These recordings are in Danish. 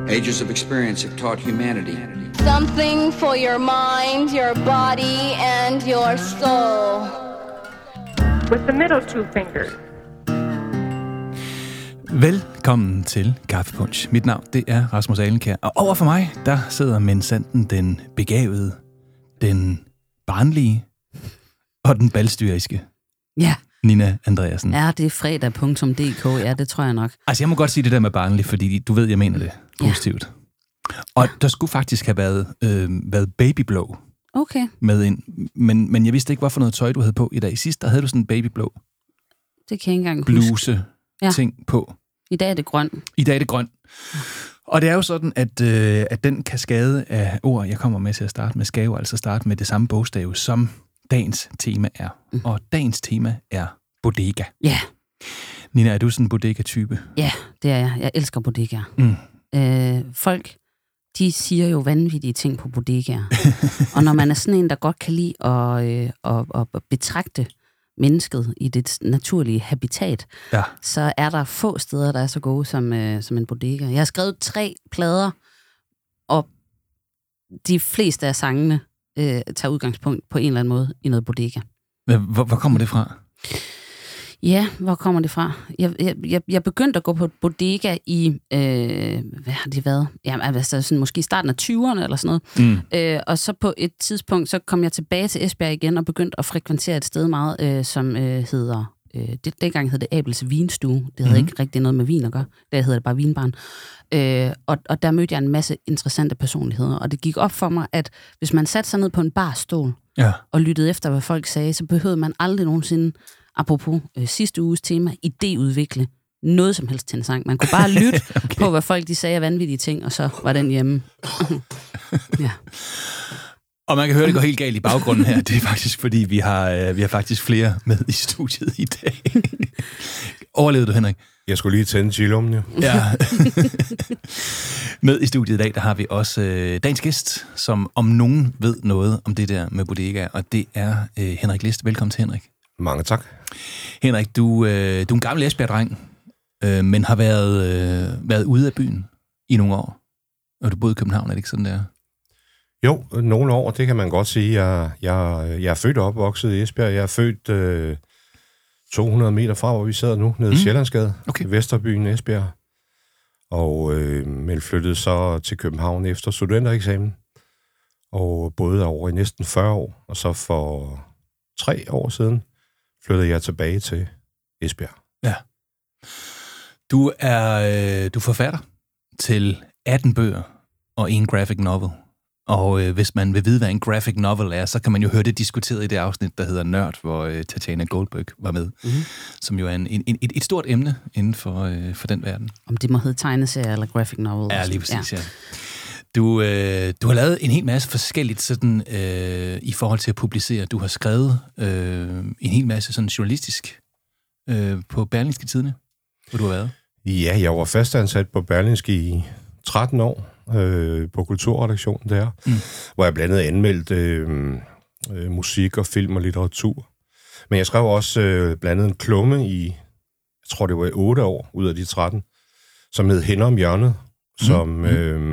Ages of experience have taught humanity. Something for your mind, your body, and your soul. With the middle two fingers. Velkommen til Kaffepunch. Mit navn, det er Rasmus Alenkær. Og over for mig, der sidder Mensanden den begavede, den barnlige og den balstyriske. Ja. Nina Andreasen. Ja, det er fredag.dk. Ja, det tror jeg nok. Altså, jeg må godt sige det der med barnlig, fordi du ved, jeg mener det positivt. Ja. Og der skulle faktisk have været babyblå Okay. med ind. Men jeg vidste ikke, hvorfor noget tøj, du havde på i dag. Sidst, der havde du sådan en babyblå Det kan jeg ikke engang bluse ting på. I dag er det grøn. I dag er det grøn. Og det er jo sådan, at den kaskade af ord, jeg kommer med til at starte med, skal jo altså starte med det samme bogstav, som dagens tema er. Og dagens tema er bodega. Ja. Nina, er du sådan en bodega-type? Ja, det er jeg. Jeg elsker bodegaer. Folk, de siger jo vanvittige ting på bodegaer. Og når man er sådan en, der godt kan lide at betragte mennesket i det naturlige habitat, så er der få steder, der er så gode som en bodega. Jeg har skrevet 3 plader, og de fleste af sangene tager udgangspunkt på en eller anden måde i noget bodega. Hvor kommer det fra? Ja, hvor kommer det fra? Jeg begyndte at gå på bodega i, hvad har det været? Ja, altså sådan måske starten af 20'erne eller sådan noget. Og så på et tidspunkt, så kom jeg tilbage til Esbjerg igen og begyndte at frekventere et sted meget, som hedder, dengang hed det Abels Vinstue. Det havde ikke rigtig noget med vin at gøre. Der hedder det bare Vinbarn. Og der mødte jeg en masse interessante personligheder. Og det gik op for mig, at hvis man satte sig ned på en barstol og lyttede efter, hvad folk sagde, så behøvede man aldrig nogensinde, apropos sidste uges tema, idéudvikle noget som helst til en sang. Man kunne bare lytte på, hvad folk de sagde af vanvittige ting, og så var den hjemme. Ja. Og man kan høre, det går helt galt i baggrunden her. Det er faktisk, fordi vi har faktisk flere med i studiet i dag. Overlevede du, Henrik? Jeg skulle lige tænde chillummen, jo. Ja. Med i studiet i dag, der har vi også dagens gæst, som om nogen ved noget om det der med bodega, og det er Henrik List. Velkommen til, Henrik. Mange tak. Henrik, du er en gammel Esbjerg-dreng, men har været ude af byen i nogle år. Og du boede i København, er det ikke sådan der? Jo, nogle år, det kan man godt sige. Jeg er født og opvokset i Esbjerg. Jeg er født 200 meter fra, hvor vi sidder nu, nede i Sjællandsgade, i Vesterbyen Esbjerg. Og men flyttede så til København efter studentereksamen. Og boede over i næsten 40 år. Og så for 3 år siden flyttede jeg tilbage til Esbjerg. Ja. Du er forfatter til 18 bøger og en graphic novel. Og hvis man vil vide, hvad en graphic novel er, så kan man jo høre det diskuteret i det afsnit, der hedder Nørd, hvor Tatiana Goldberg var med, som jo er et stort emne inden for den verden. Om det må hedde tegneserie eller graphic novel. Ja, lige præcis, ja. Du har lavet en hel masse forskelligt sådan, i forhold til at publicere. Du har skrevet en hel masse sådan journalistisk på Berlingske Tidende, hvor du har været. Ja, jeg var fastansat på Berlingske i 13 år på kulturredaktionen der, hvor jeg blandt andet anmeldte musik og film og litteratur. Men jeg skrev også blandt andet en klumme i, jeg tror det var 8 år ud af de 13, som hed Hænder om hjørnet, som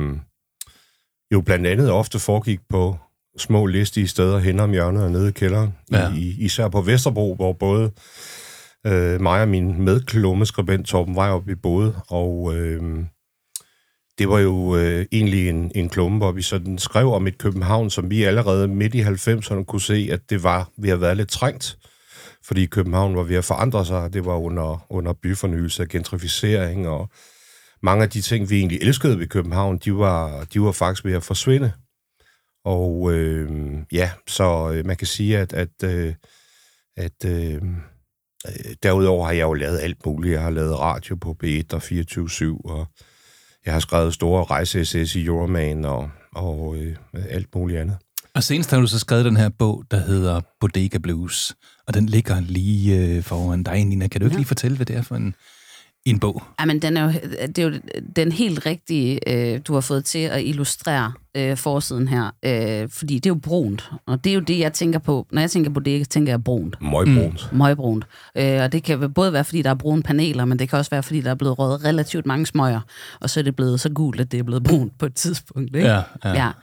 jo blandt andet ofte foregik på små listige steder hen om hjørnet og nede i kælderen. Ja. Især på Vesterbro, hvor både mig og min medklummeskribent Torben Vejrup vi boede, og det var jo egentlig en klumme, hvor vi sådan skrev om et København, som vi allerede midt i 90'erne kunne se, at vi har været lidt trængt, fordi København var ved at forandre sig. Det var under byfornyelse og gentrificering, og mange af de ting, vi egentlig elskede ved København, de var faktisk ved at forsvinde. Og så man kan sige, at derudover har jeg jo lavet alt muligt. Jeg har lavet radio på B1 og 24/7, og jeg har skrevet store rejse-essays i Euroman og alt muligt andet. Og senest har du så skrevet den her bog, der hedder Bodega Blues, og den ligger lige foran dig, Nina. Kan du ikke lige fortælle, hvad det er for en bog. Jamen, det er jo den helt rigtige, du har fået til at illustrere forsiden her. Fordi det er jo brunt, og det er jo det, jeg tænker på. Når jeg tænker på det, tænker jeg brunt. Møgbrunt. Møgbrunt. Og det kan både være, fordi der er brune paneler, men det kan også være, fordi der er blevet røget relativt mange smøger, og så er det blevet så gult, at det er blevet brunt på et tidspunkt. Ikke? Ja.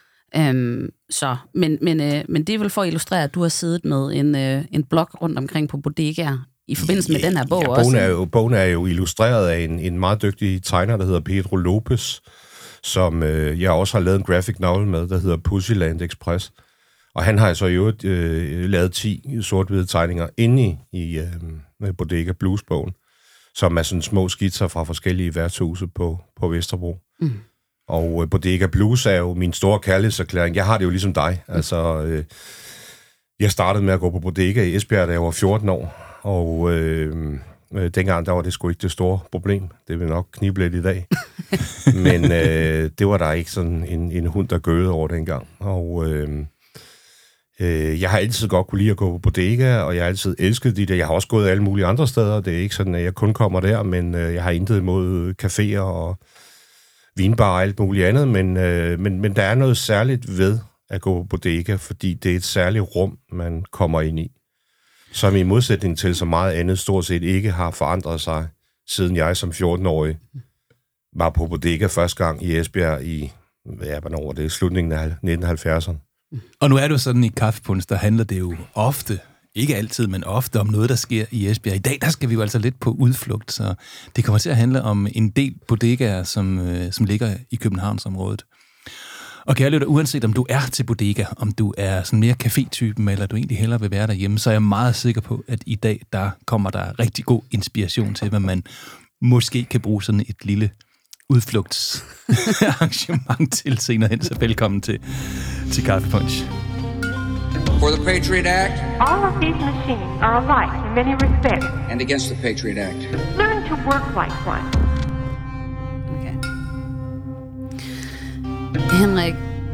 Men det er vel for at illustrere, at du har siddet med en blog rundt omkring på bodegaer i forbindelse med den her bog også. Bogen er jo illustreret af en meget dygtig tegner, der hedder Pedro Lopez, som jeg også har lavet en graphic novel med, der hedder Pussyland Express. Og han har så i øvrigt lavet 10 sort-hvide tegninger inde i Bodega Blues-bogen, som er sådan små skitser fra forskellige værtshuse på Vesterbro. Mm. Og Bodega Blues er jo min store kærlighedserklæring. Jeg har det jo ligesom dig. Altså, jeg startede med at gå på bodega i Esbjerg, da jeg var 14 år. Og dengang, der var det sgu ikke det store problem. Det vil nok knibe lidt i dag. Men det var der ikke sådan en hund, der gøede over dengang. Og jeg har altid godt kunne lide at gå på bodega, og jeg har altid elsket de der. Jeg har også gået alle mulige andre steder. Det er ikke sådan, at jeg kun kommer der, men jeg har intet imod caféer og vinbar og alt muligt andet. Men der er noget særligt ved at gå på bodega, fordi det er et særligt rum, man kommer ind i, som i modsætning til så meget andet stort set ikke har forandret sig, siden jeg som 14-årig var på bodega første gang i Esbjerg i, hvornår var det, slutningen af 1970'erne. Og nu er det jo sådan, i Kaffepunch, der handler det jo ofte, ikke altid, men ofte om noget, der sker i Esbjerg. I dag, der skal vi jo altså lidt på udflugt, så det kommer til at handle om en del bodegaer, som ligger i Københavnsområdet. Og kære lytter, uanset om du er til bodega, om du er sådan mere café-typen, eller du egentlig hellere vil være derhjemme, så er jeg meget sikker på, at i dag, der kommer der rigtig god inspiration til, hvad man måske kan bruge sådan et lille udflugtsarrangement til senere hen. Så velkommen til Kaffepunch. For the Patriot Act. All of these machines are alike in many respects. And against the Patriot Act. Learn to work like one. Okay. Henrik,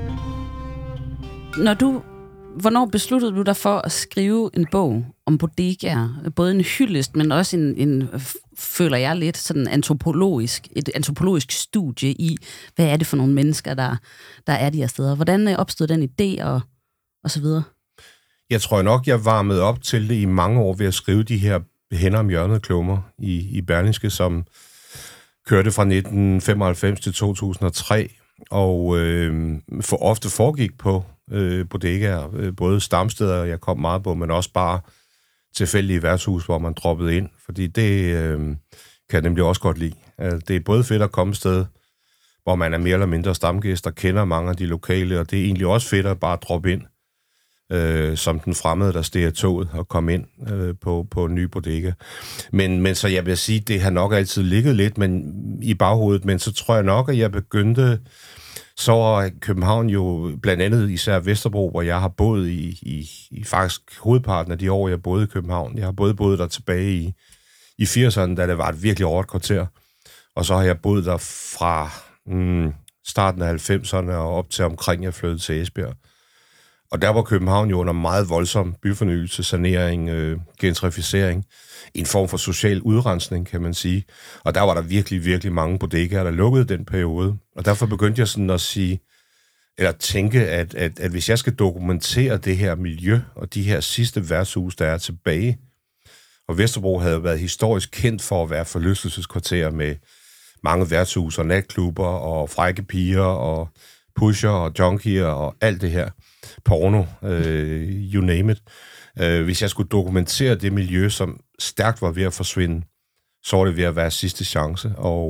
hvornår besluttede du dig for at skrive en bog om bodegaer? Både en hyldest, men også en føler jeg lidt sådan et antropologisk studie i, hvad er det for nogle mennesker, der er de her steder? Hvordan opstod den idé og så videre? Jeg tror nok, jeg varmede op til det i mange år ved at skrive de her hænder om hjørnet klummer i Berlingske, som kørte fra 1995 til 2003, og ofte foregik på bodegaer, både stamsteder, jeg kom meget på, men også bare tilfældige værtshus, hvor man droppede ind, fordi det kan jeg nemlig også godt lide. Det er både fedt at komme et sted, hvor man er mere eller mindre stamgæst og kender mange af de lokale, og det er egentlig også fedt at bare droppe ind, som den fremmede, der steg af toget og kom ind på en ny bodega. Men så jeg vil sige, det har nok altid ligget lidt i baghovedet, men så tror jeg nok, at jeg begyndte. Så var København jo blandt andet især Vesterbro, hvor jeg har boet i faktisk hovedparten af de år, jeg boede i København. Jeg har både boet der tilbage i 80'erne, da det var et virkelig hårdt kvarter, og så har jeg boet der fra starten af 90'erne og op til omkring jeg flyttede til Esbjerg. Og der var København jo under meget voldsom byfornyelse, sanering, gentrificering, en form for social udrensning, kan man sige. Og der var der virkelig, virkelig mange bodegaer, der lukkede den periode. Og derfor begyndte jeg sådan at sige, eller tænke, at hvis jeg skal dokumentere det her miljø, og de her sidste værtshus, der er tilbage, og Vesterbro havde været historisk kendt for at være forlystelseskvarter med mange værtshus og natklubber og frække piger og pusher og junkier og alt det her. Porno, you name it. Hvis jeg skulle dokumentere det miljø, som stærkt var ved at forsvinde, så var det ved at være sidste chance.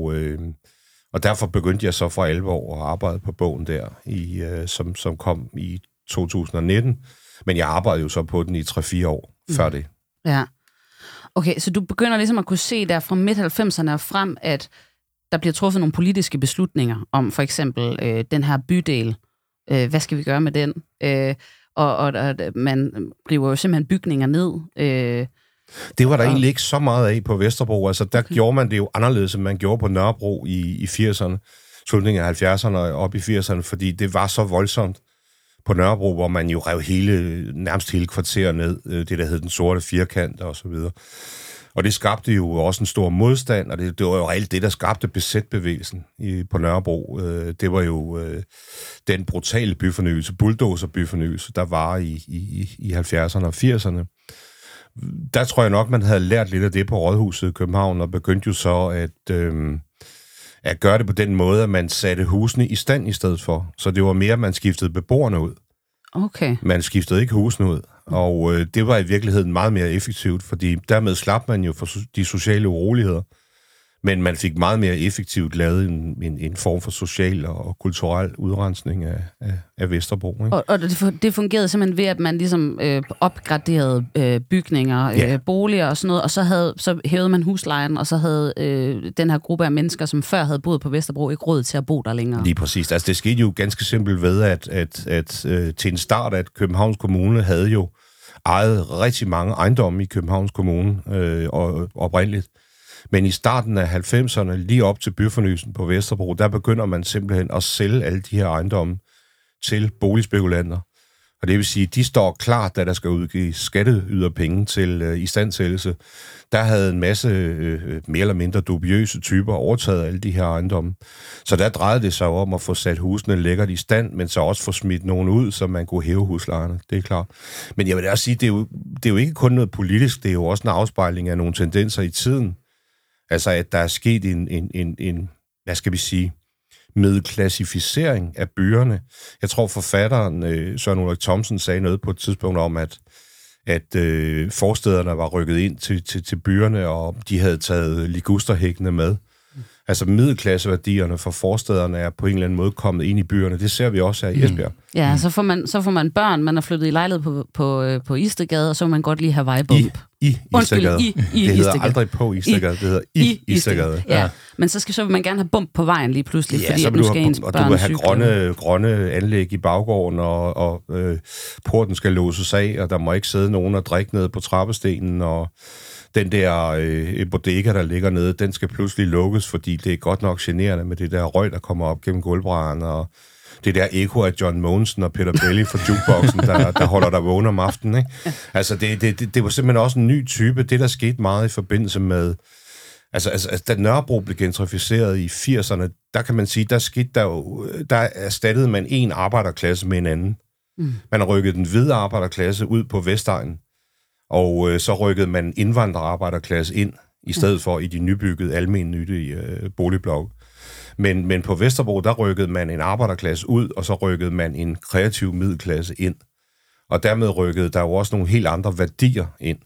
Og derfor begyndte jeg så for 11 år at arbejde på bogen der, som kom i 2019. Men jeg arbejdede jo så på den i 3-4 år før det. Ja. Okay, så du begynder ligesom at kunne se der fra midt-90'erne og frem, at der bliver truffet nogle politiske beslutninger om for eksempel den her bydel. Hvad skal vi gøre med den? Og man river jo simpelthen bygninger ned. Det var der egentlig ikke så meget af på Vesterbro. Altså, der gjorde man det jo anderledes, end man gjorde på Nørrebro i 80'erne, slutningen af 70'erne og op i 80'erne, fordi det var så voldsomt på Nørrebro, hvor man jo rev nærmest hele kvarteret ned, det der hed den sorte firkant og så videre. Og det skabte jo også en stor modstand, og det var jo alt det, der skabte besætbevægelsen på Nørrebro. Det var jo den brutale byfornyelse, bulldozer-byfornyelse, der var i 70'erne og 80'erne. Der tror jeg nok, man havde lært lidt af det på Rådhuset i København, og begyndte jo så at gøre det på den måde, at man satte husene i stand i stedet for. Så det var mere, at man skiftede beboerne ud. Okay. Man skiftede ikke husene ud. Og det var i virkeligheden meget mere effektivt, fordi dermed slap man jo for de sociale uroligheder, men man fik meget mere effektivt lavet en form for social og kulturel udrensning af Vesterbro. Ikke? Og det fungerede simpelthen ved, at man ligesom opgraderede bygninger, boliger og sådan noget, og så hævede man huslejen, og så havde den her gruppe af mennesker, som før havde boet på Vesterbro, ikke råd til at bo der længere. Lige præcis. Altså, det skete jo ganske simpelt ved, at til en start, at Københavns Kommune havde jo ejet rigtig mange ejendomme i Københavns Kommune oprindeligt. Men i starten af 90'erne, lige op til byfornyelsen på Vesterbro, der begynder man simpelthen at sælge alle de her ejendomme til boligspekulanter. Og det vil sige, de står klar, da der skal udgives skatteyderpenge til istandsættelse. Der havde en masse mere eller mindre dubiøse typer overtaget alle de her ejendomme. Så der drejede det sig om at få sat husene lækkert i stand, men så også få smidt nogen ud, så man kunne hæve huslejerne. Det er klart. Men jeg vil også sige, det er jo ikke kun noget politisk, det er jo også en afspejling af nogle tendenser i tiden. Altså, at der er sket en hvad skal vi sige, medklassificering af byerne. Jeg tror, forfatteren Søren Ulrik Thomsen sagde noget på et tidspunkt om, at forstederne var rykket ind til byerne, og de havde taget ligusterhækkene med. Altså middelklasseværdierne for forstederne er på en eller anden måde kommet ind i byerne. Det ser vi også her i Esbjerg. Ja, så får man børn, man er flyttet i lejlighed på Istedgade, og så vil man godt lige have vejbump. I Istedgade. I det hedder aldrig på Istedgade, det hedder i Istedgade. Ja, men så vil man gerne have bump på vejen lige pludselig, ja, fordi så at nu skal ens børn du vil have grønne anlæg i baggården, og porten skal låses af, og der må ikke sidde nogen og drikke ned på trappestenen, og den der bodega, der ligger nede, den skal pludselig lukkes, fordi det er godt nok generende med det der røg, der kommer op gennem gulvbrædderne, og det der eko af John Mogensen og Peter Belli fra jukeboxen, der holder dig vågen om aftenen. Ikke? Altså, det var simpelthen også en ny type. Det, der skete meget i forbindelse med... Altså, da Nørrebro blev gentrificeret i 80'erne, der kan man sige, der erstattede man en arbejderklasse med en anden. Man rykkede den hvide arbejderklasse ud på Vestegnen, og så rykkede man indvandrerarbejderklasse ind, i stedet for i de nybyggede, almennyttige boligblokke. Men på Vesterbro, der rykkede man en arbejderklasse ud, og så rykkede man en kreativ middelklasse ind. Og dermed rykkede der jo også nogle helt andre værdier ind.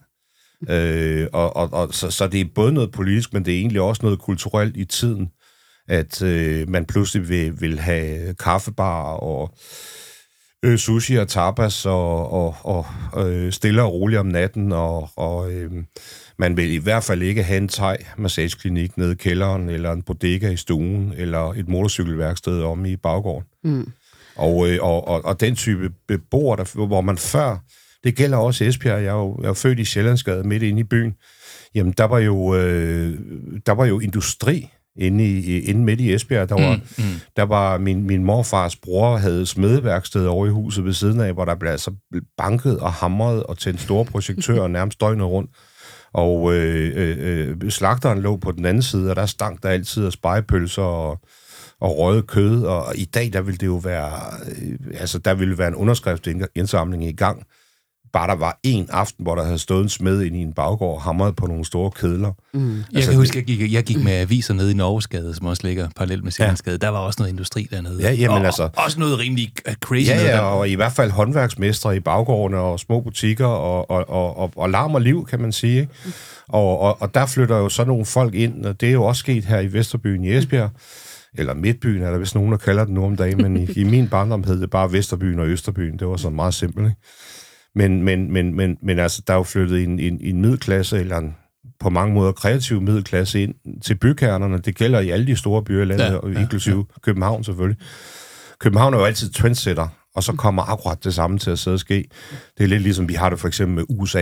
Så det er både noget politisk, men det er egentlig også noget kulturelt i tiden, at man pludselig vil have kaffebar og sushi og tapas og stille og roligt om natten, og man vil i hvert fald ikke have en thai-massageklinik nede i kælderen, eller en bodega i stuen, eller et motorcykelværksted omme i baggården. Og den type beboere, hvor man før, det gælder også Esbjerg, jeg er jo født i Sjællandsgade midt inde i byen, jamen der var jo industri inde midt i Esbjerg. Der var min morfars bror havde smedeværksted over i huset ved siden af, hvor der blev altså banket og hamret og tændt store projektører nærmest døgnet rundt. Og slagteren lå på den anden side, og der stank der altid af spegepølser og røget kød. Og i dag, der ville det jo være, der ville være en underskriftsindsamling i gang. Bare der var en aften, hvor der havde stået en smed ind i en baggård og hamret på nogle store kedler. Jeg kan huske, jeg gik med aviser nede i Norgesgade, som også ligger parallelt med Sjællandsgade. Der var også noget industri dernede. Ja, jamen også noget rimelig crazy. Ja, og i hvert fald håndværksmestre i baggårdene og små butikker og larm og liv, kan man sige. Ikke? Og der flytter jo så nogle folk ind, og det er jo også sket her i Vesterbyen i Esbjerg. Eller Midtbyen, er der vist nogen, der kalder den nu om dagen, men i min barndom hed det bare Vesterbyen og Østerbyen. Det var sådan meget simpelt, ikke? Men altså, der er jo flyttet en middelklasse, eller på mange måder kreativ middelklasse ind til bykernerne. Det gælder i alle de store byer i landet, inklusive København selvfølgelig. København er jo altid trendsetter, og så kommer akkurat det samme til at sidde og ske. Det er lidt ligesom, vi har det for eksempel med USA.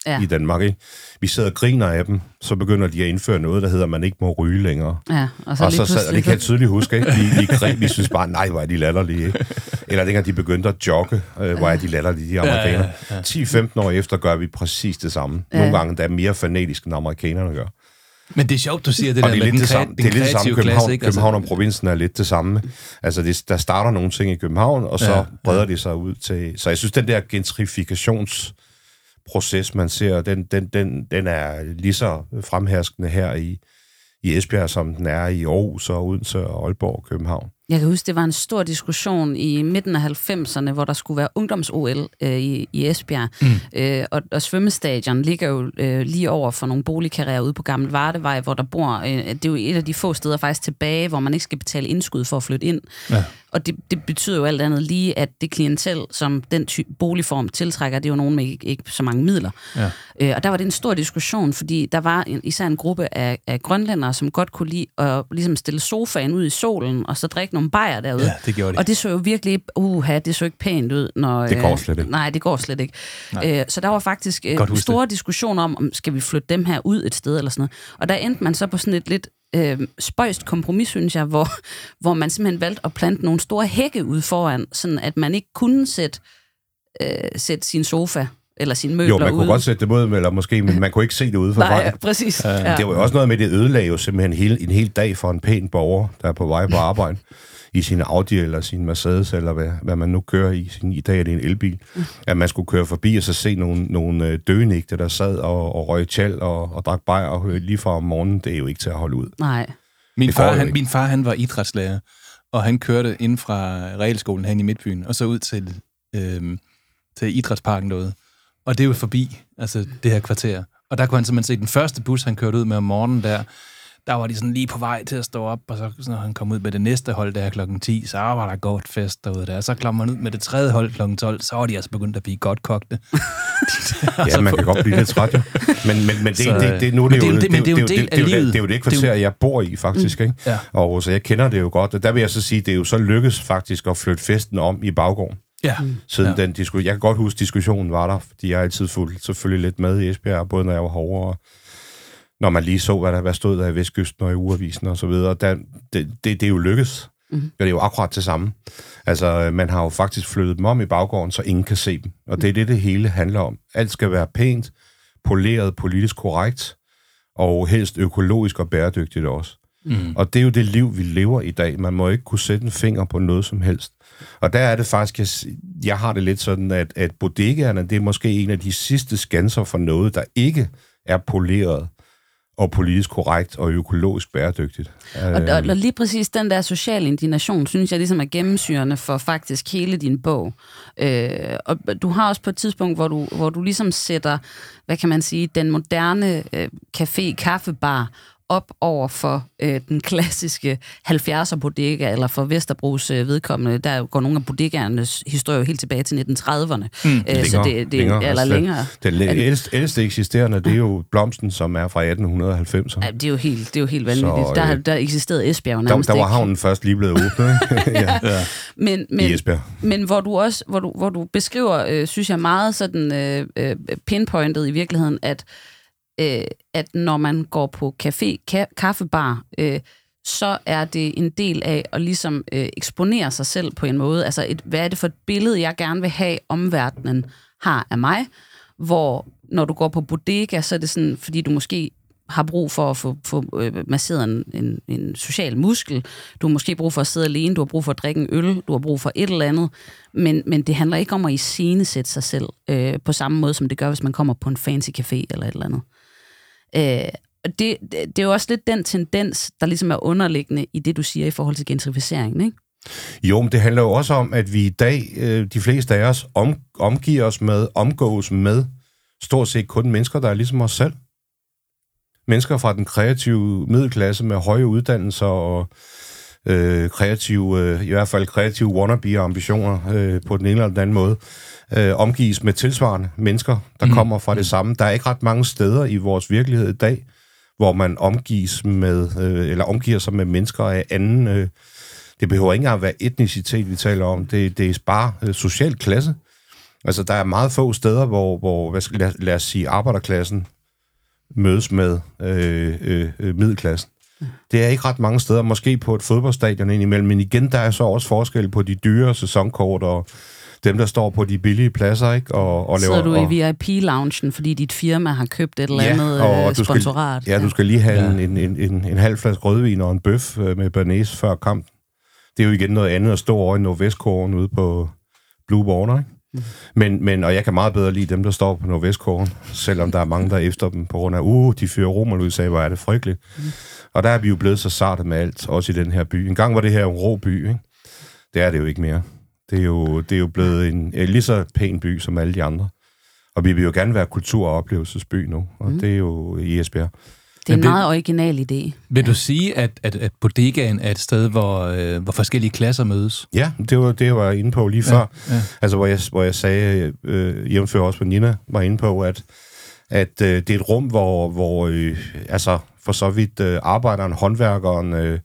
i Danmark. Ikke? Vi sidder og griner af dem, så begynder de at indføre noget, der hedder, at man ikke må ryge længere. Ja, og så sad, og det kan jeg tydeligt huske. Ikke? Vi synes bare, nej, hvor er de latterlige. Ikke? Eller dengang de begyndte at jogge, hvor er de latterlige, de amerikanere. 10-15 år efter gør vi præcis det samme. Nogle gange der er mere fanatisk, end amerikanerne gør. Men det er sjovt, du siger det der med den kreative klasse. København og provinsen er lidt det samme. Altså, der starter nogle ting i København, og så breder det sig ud til... Så jeg synes, den der gentrifikationsproces, man ser, den er lige så fremherskende her i Esbjerg, som den er i Aarhus og Odense og Aalborg og København. Jeg kan huske, det var en stor diskussion i midten af 90'erne, hvor der skulle være ungdoms-OL i Esbjerg. Og svømmestadion ligger jo lige over for nogle boligkarrierer ude på Gammel Vardevej, hvor der bor... det er jo et af de få steder faktisk tilbage, hvor man ikke skal betale indskud for at flytte ind. Ja. Og det betyder jo alt andet lige, at det klientel, som den boligform tiltrækker, det er jo nogen med ikke så mange midler. Ja. Og der var det en stor diskussion, fordi der var især en gruppe af grønlændere, som godt kunne lide at ligesom stille sofaen ud i solen, og så drikke nogle bajer derude. Ja, det gjorde de. Og det så jo virkelig, det så ikke pænt ud. Når, det går slet ikke. Nej, det går slet ikke. Så der var faktisk store diskussioner om skal vi flytte dem her ud et sted eller sådan noget. Og der endte man så på sådan et lidt spøjst kompromis, synes jeg, hvor man simpelthen valgte at plante nogle store hække ud foran, sådan at man ikke kunne sætte sin sofa eller sine møbler ud. Jo, man kunne godt sætte det ud, eller måske, men man kunne ikke se det ude for vej. Nej, præcis. Det var jo også noget med, det ødelagde jo simpelthen en hel dag for en pæn borger, der er på vej på arbejde, i sin Audi eller sin Mercedes, eller hvad man nu kører i. I dag er det en elbil. At man skulle køre forbi og så se nogle døgenigte, der sad og røg tjal og drak bajer lige fra om morgenen. Det er jo ikke til at holde ud. Nej. Min far, han var idrætslærer, og han kørte ind fra realskolen hen i Midtbyen, og så ud til idrætsparken derude. Og det er jo forbi, altså det her kvarter. Og der kunne han simpelthen se den første bus, han kørte ud med om morgenen der var de sådan lige på vej til at stå op, og så når han kom ud med det næste hold der klokken 10, så var der godt fest derude der. Så kom han ud med det tredje hold klokken 12, så var de altså begyndt at blive godt kogte. Ja, man kan godt blive lidt træt, jo. Men det er jo det kvarter, jeg bor i, faktisk. Ikke? Ja. Og så jeg kender det jo godt. Og der vil jeg så sige, det er jo så lykkes faktisk at flytte festen om i baggården. Ja. Siden den diskussion. Jeg kan godt huske, diskussionen var der, fordi jeg altid fulgte selvfølgelig lidt med i Esbjerg, både når jeg var herovre, og når man lige så, hvad stod der i Vestkysten og i Ugeavisen og så videre. Det er jo lykkes. Det er jo akkurat det samme. Altså, man har jo faktisk flyttet dem om i baggården, så ingen kan se dem. Og det er det hele handler om. Alt skal være pænt, poleret, politisk korrekt, og helst økologisk og bæredygtigt også. Og det er jo det liv, vi lever i dag. Man må ikke kunne sætte en finger på noget som helst. Og der er det faktisk, jeg har det lidt sådan, at bodegaerne, det er måske en af de sidste skanser for noget, der ikke er poleret og politisk korrekt og økologisk bæredygtigt. Og lige præcis den der social indignation, synes jeg ligesom er gennemsyrende for faktisk hele din bog. Og du har også på et tidspunkt, hvor du ligesom sætter, hvad kan man sige, den moderne café-kaffebar op over for den klassiske 70'er bodega, eller for Vesterbros vedkommende. Der går nogle af bodegaernes historie helt tilbage til 1930'erne. Så det eller længere. Den ældste eksisterende, det er jo Blomsten, som er fra 1890'erne. Ja, det er jo helt vanvittigt. Der eksisterede Esbjerg nærmest. Der var havnen først lige blevet åbnet. Ja. I Esbjerg. Men hvor du beskriver, synes jeg, meget sådan pinpointet i virkeligheden, at når man går på kaffebar, så er det en del af at ligesom eksponere sig selv på en måde. Altså, hvad er det for et billede, jeg gerne vil have, omverdenen har af mig? Hvor når du går på bodega, så er det sådan, fordi du måske har brug for at få masseret en social muskel. Du har måske brug for at sidde alene, du har brug for at drikke en øl, du har brug for et eller andet. Men det handler ikke om at iscenesætte sig selv på samme måde, som det gør, hvis man kommer på en fancy café eller et eller andet. Det er jo også lidt den tendens, der ligesom er underliggende i det, du siger i forhold til gentrificeringen, ikke? Jo, men det handler jo også om, at vi i dag, de fleste af os, omgås med stort set kun mennesker, der er ligesom os selv. Mennesker fra den kreative middelklasse med høje uddannelser og i hvert fald kreative wannabe-ambitioner på den ene eller den anden måde, omgives med tilsvarende mennesker, der kommer fra det samme. Der er ikke ret mange steder i vores virkelighed i dag, hvor man omgiver sig med mennesker af anden. Det behøver ikke engang at være etnicitet, vi taler om. Det er bare social klasse. Altså, der er meget få steder, hvor lad os sige, arbejderklassen mødes med middelklassen. Det er ikke ret mange steder, måske på et fodboldstadion indimellem, men igen, der er så også forskel på de dyre sæsonkort og dem, der står på de billige pladser, ikke? Og sidder du i VIP-loungen, fordi dit firma har købt et eller andet sponsorat? Du skal lige have en halv flaske rødvin og en bøf med bearnaise før kampen. Det er jo igen noget andet at stå over i Nordvestkorn ude på Blue Border, ikke? Men og jeg kan meget bedre lide dem, der står på Nordvestkorn, selvom der er mange, der er efter dem på grund af, de fyrer romer ud, sagde, hvor er det frygteligt. Og der er vi jo blevet så sarte med alt, også i den her by. En gang var det her en rå by, ikke? Det er det jo ikke mere. Det er jo blevet en lige så pæn by som alle de andre. Og vi vil jo gerne være kultur- og oplevelsesby nu, og det er jo i Esbjerg. Det er en meget original idé. Vil du sige, at bodegaen er et sted, hvor forskellige klasser mødes? Ja, det var det, jeg var inde på lige før. Ja. Altså, hvor jeg sagde, jævnfør også, hvor Nina var inde på, at det er et rum, hvor altså, for så vidt arbejderen, håndværkeren,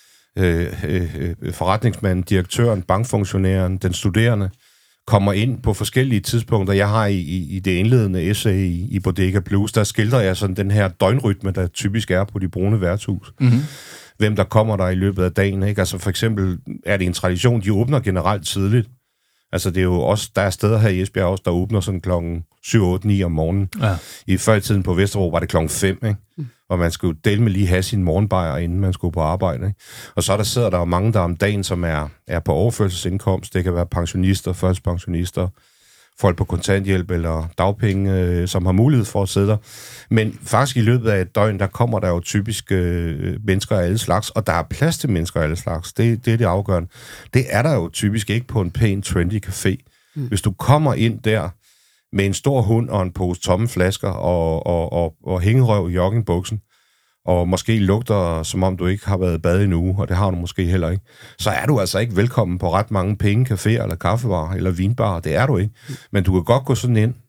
forretningsmanden, direktøren, bankfunktionæren, den studerende, kommer ind på forskellige tidspunkter. Jeg har i det indledende essay i Bodega Blues, der skildrer jeg sådan den her døgnrytme, der typisk er på de brune værtshus. Mm-hmm. Hvem der kommer der i løbet af dagen, ikke? Altså for eksempel er det en tradition, de åbner generelt tidligt. Altså det er jo også, der er steder her i Esbjerg også, der åbner sådan klokken 7, 8, 9 om morgenen. Ja. I før i tiden på Vesterbro var det klokken 5, ikke? Og man skulle dele med lige have sin morgenbajer, inden man skulle på arbejde, ikke? Og så sidder der jo mange der om dagen, som er på overførselsindkomst. Det kan være pensionister, førtidspensionister, folk på kontanthjælp eller dagpenge, som har mulighed for at sidde der. Men faktisk i løbet af et døgn, der kommer der jo typisk mennesker af alle slags, og der er plads til mennesker af alle slags. Det er det afgørende. Det er der jo typisk ikke på en pæn, trendy café. Hvis du kommer ind der med en stor hund og en pose tomme flasker og hængerøv i joggingbuksen, og måske lugter, som om du ikke har været i bad i en uge, og det har du måske heller ikke, så er du altså ikke velkommen på ret mange penge caféer eller kaffebarer eller vinbarer. Det er du ikke. Men du kan godt gå sådan ind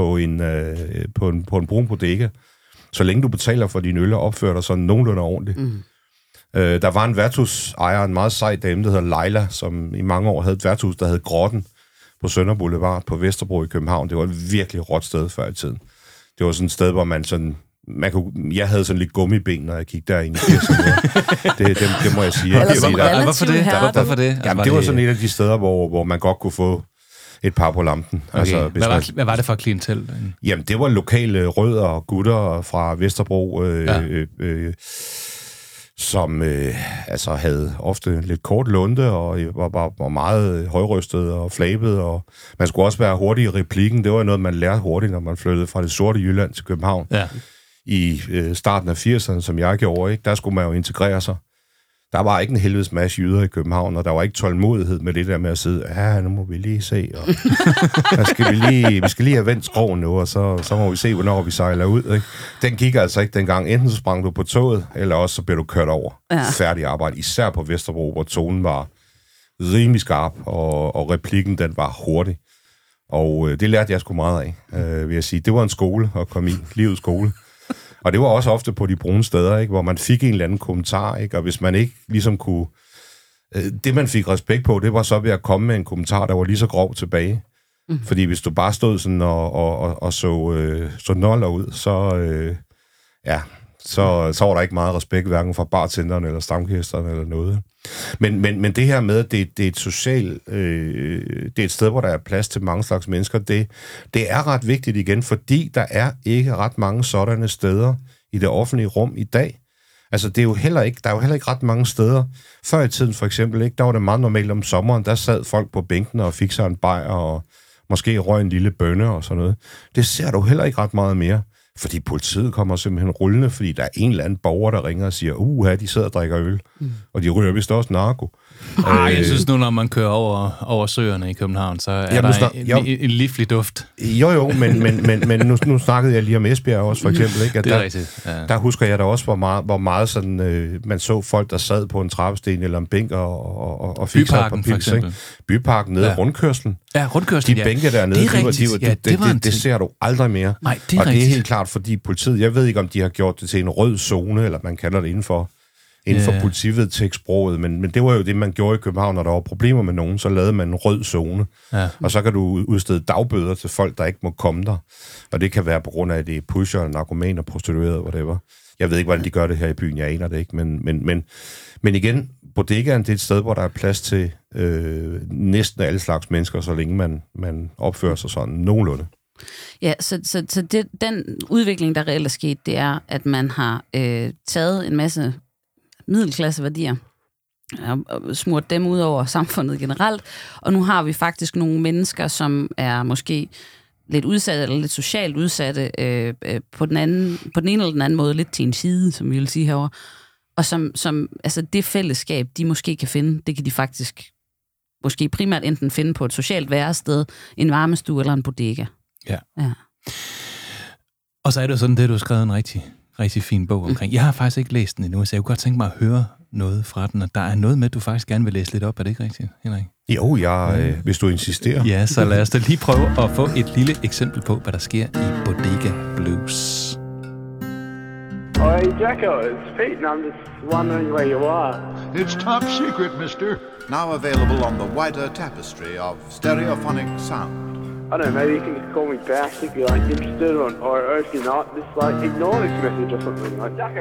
på en brun bodega, så længe du betaler for dine øl og opfører dig sådan nogenlunde ordentligt. Der var en værtshusejer, en meget sej dame, der hedder Leila, som i mange år havde et værtshus, der hed Grotten på Sønder Boulevard på Vesterbro i København. Det var et virkelig råt sted før i tiden. Det var sådan et sted, hvor jeg havde sådan lidt gummiben, når jeg gik derind i 80'erne. det må jeg sige. Hvorfor det? Jamen, det var sådan et af de steder, hvor man godt kunne få et par på lampen. Okay. Altså, hvad var det for klientel? Jamen, det var lokale rødder og gutter fra Vesterbro, som altså havde ofte lidt kort lunde og var meget højrystet og flabet, og man skulle også være hurtig i replikken. Det var noget, man lærte hurtigt, når man flyttede fra det sorte Jylland til København. Ja. I starten af 80'erne, som jeg gjorde, ikke? Der skulle man jo integrere sig. Der var ikke en helvedes masse jyder i København, og der var ikke tålmodighed med det der med at sidde, nu må vi lige se, og vi skal lige have vendt skroven nu, og så må vi se, hvornår vi sejler ud. Ikke? Den gik altså ikke dengang. Enten så sprang du på toget, eller også så blev du kørt over. Ja. Færdig arbejde, især på Vesterbro, hvor tonen var rimelig skarp, og replikken, den var hurtig. Og det lærte jeg sgu meget af, vil jeg sige. Det var en skole at komme i, livets skole. Og det var også ofte på de brune steder, ikke, hvor man fik en eller anden kommentar, ikke, og hvis man ikke ligesom kunne... det, man fik respekt på, det var så ved at komme med en kommentar, der var lige så grov tilbage. Fordi hvis du bare stod sådan og så noller ud, så var der ikke meget respekt, hverken fra bartenderen eller stamgæsterne eller noget. Men det her med, at det er et socialt... det er et sted, hvor der er plads til mange slags mennesker, det er ret vigtigt igen, fordi der er ikke ret mange sådanne steder i det offentlige rum i dag. Altså, der er jo heller ikke ret mange steder. Før i tiden for eksempel, ikke, der var det meget normalt om sommeren, der sad folk på bænken og fik sig en bajer og måske røg en lille bønne og sådan noget. Det ser du heller ikke ret meget mere. Fordi politiet kommer simpelthen rullende, fordi der er en eller anden borger, der ringer og siger, de sidder og drikker øl, og de ryger vist også narko. Jeg synes nu, når man kører over søerne i København, så er der en livlig duft. Jo, men nu snakkede jeg lige om Esbjerg også, for eksempel. Ikke? At det er rigtigt. Ja. Der husker jeg da også, hvor meget sådan, man så folk, der sad på en trappesten eller en bænk og fik sig på pils. Byparken nede af rundkørslen. Ja, rundkørslen, de bænke dernede, det ser du aldrig mere. Nej, det er og det er helt klart, fordi politiet, jeg ved ikke, om de har gjort det til en rød zone, eller man kalder det indenfor inden for politivedtægtssproget, men det var jo det, man gjorde i København, når der var problemer med nogen, så lavede man en rød zone, og så kan du udstede dagbøder til folk, der ikke må komme der, og det kan være på grund af, at det er pusher, eller narkomaner, prostituerede, whatever. Jeg ved ikke, hvordan de gør det her i byen, jeg aner det ikke, men igen, bodegaen, det er et sted, hvor der er plads til næsten alle slags mennesker, så længe man opfører sig sådan nogenlunde. Ja, så den udvikling, der reelt er sket, det er, at man har taget en masse middelklasseværdier og smurt dem ud over samfundet generelt, og nu har vi faktisk nogle mennesker, som er måske lidt udsatte, eller lidt socialt udsatte, på den ene eller den anden måde, lidt til en side, som vi vil sige herovre, og som altså det fællesskab, de måske kan finde, det kan de faktisk måske primært enten finde på et socialt værested, en varmestue eller en bodega. Ja. Og så er det jo sådan, det du har skrevet en rigtig fin bog omkring. Jeg har faktisk ikke læst den endnu, så jeg kunne godt tænke mig at høre noget fra den, og der er noget med, at du faktisk gerne vil læse lidt op. Er det ikke rigtigt, Henrik? Jo, hvis du insisterer. Ja, så lad os da lige prøve at få et lille eksempel på, hvad der sker i Bodega Blues. Hey, Jacko, it's Pete, and I'm just wondering where you are. It's top secret, mister. Now available on the wider tapestry of stereophonic sound. I don't know, maybe you can just call me back if you're like interested, or if you're not, just like ignore this message or something. Like, Jacko.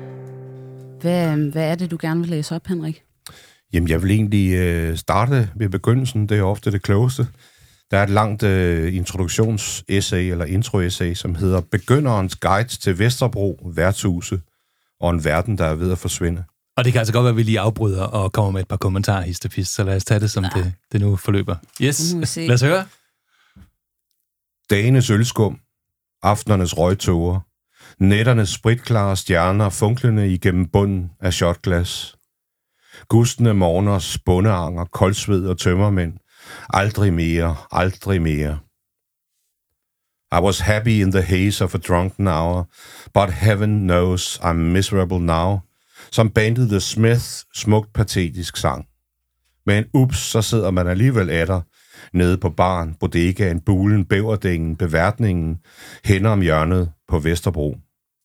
Hvad er det, du gerne vil læse op, Henrik? Jamen, jeg vil egentlig starte ved begyndelsen. Det er ofte det klogeste. Der er et langt introduktionsessay, eller intro-essay, som hedder Begynderens guide til Vesterbro, værtshuse og en verden, der er ved at forsvinde. Og det kan altså godt være, at vi lige afbryder og kommer med et par kommentarer, histopist, så lad os tage det, som det nu forløber. Yes, lad os høre. Dagenes ølskum, aftenernes røgtåger, nætternes spritklare stjerner funklende igennem bunden af shotglas. Gustne morgeners bondeanger, koldsved og tømmermænd. Aldrig mere, aldrig mere. I was happy in the haze of a drunken hour, but heaven knows I'm miserable now, som bandet The Smiths smukt patetisk sang. Men ups, så sidder man alligevel atter, nede på baren, bodegaen, bulen, bæverdængen, beværtningen, hænder om hjørnet på Vesterbro.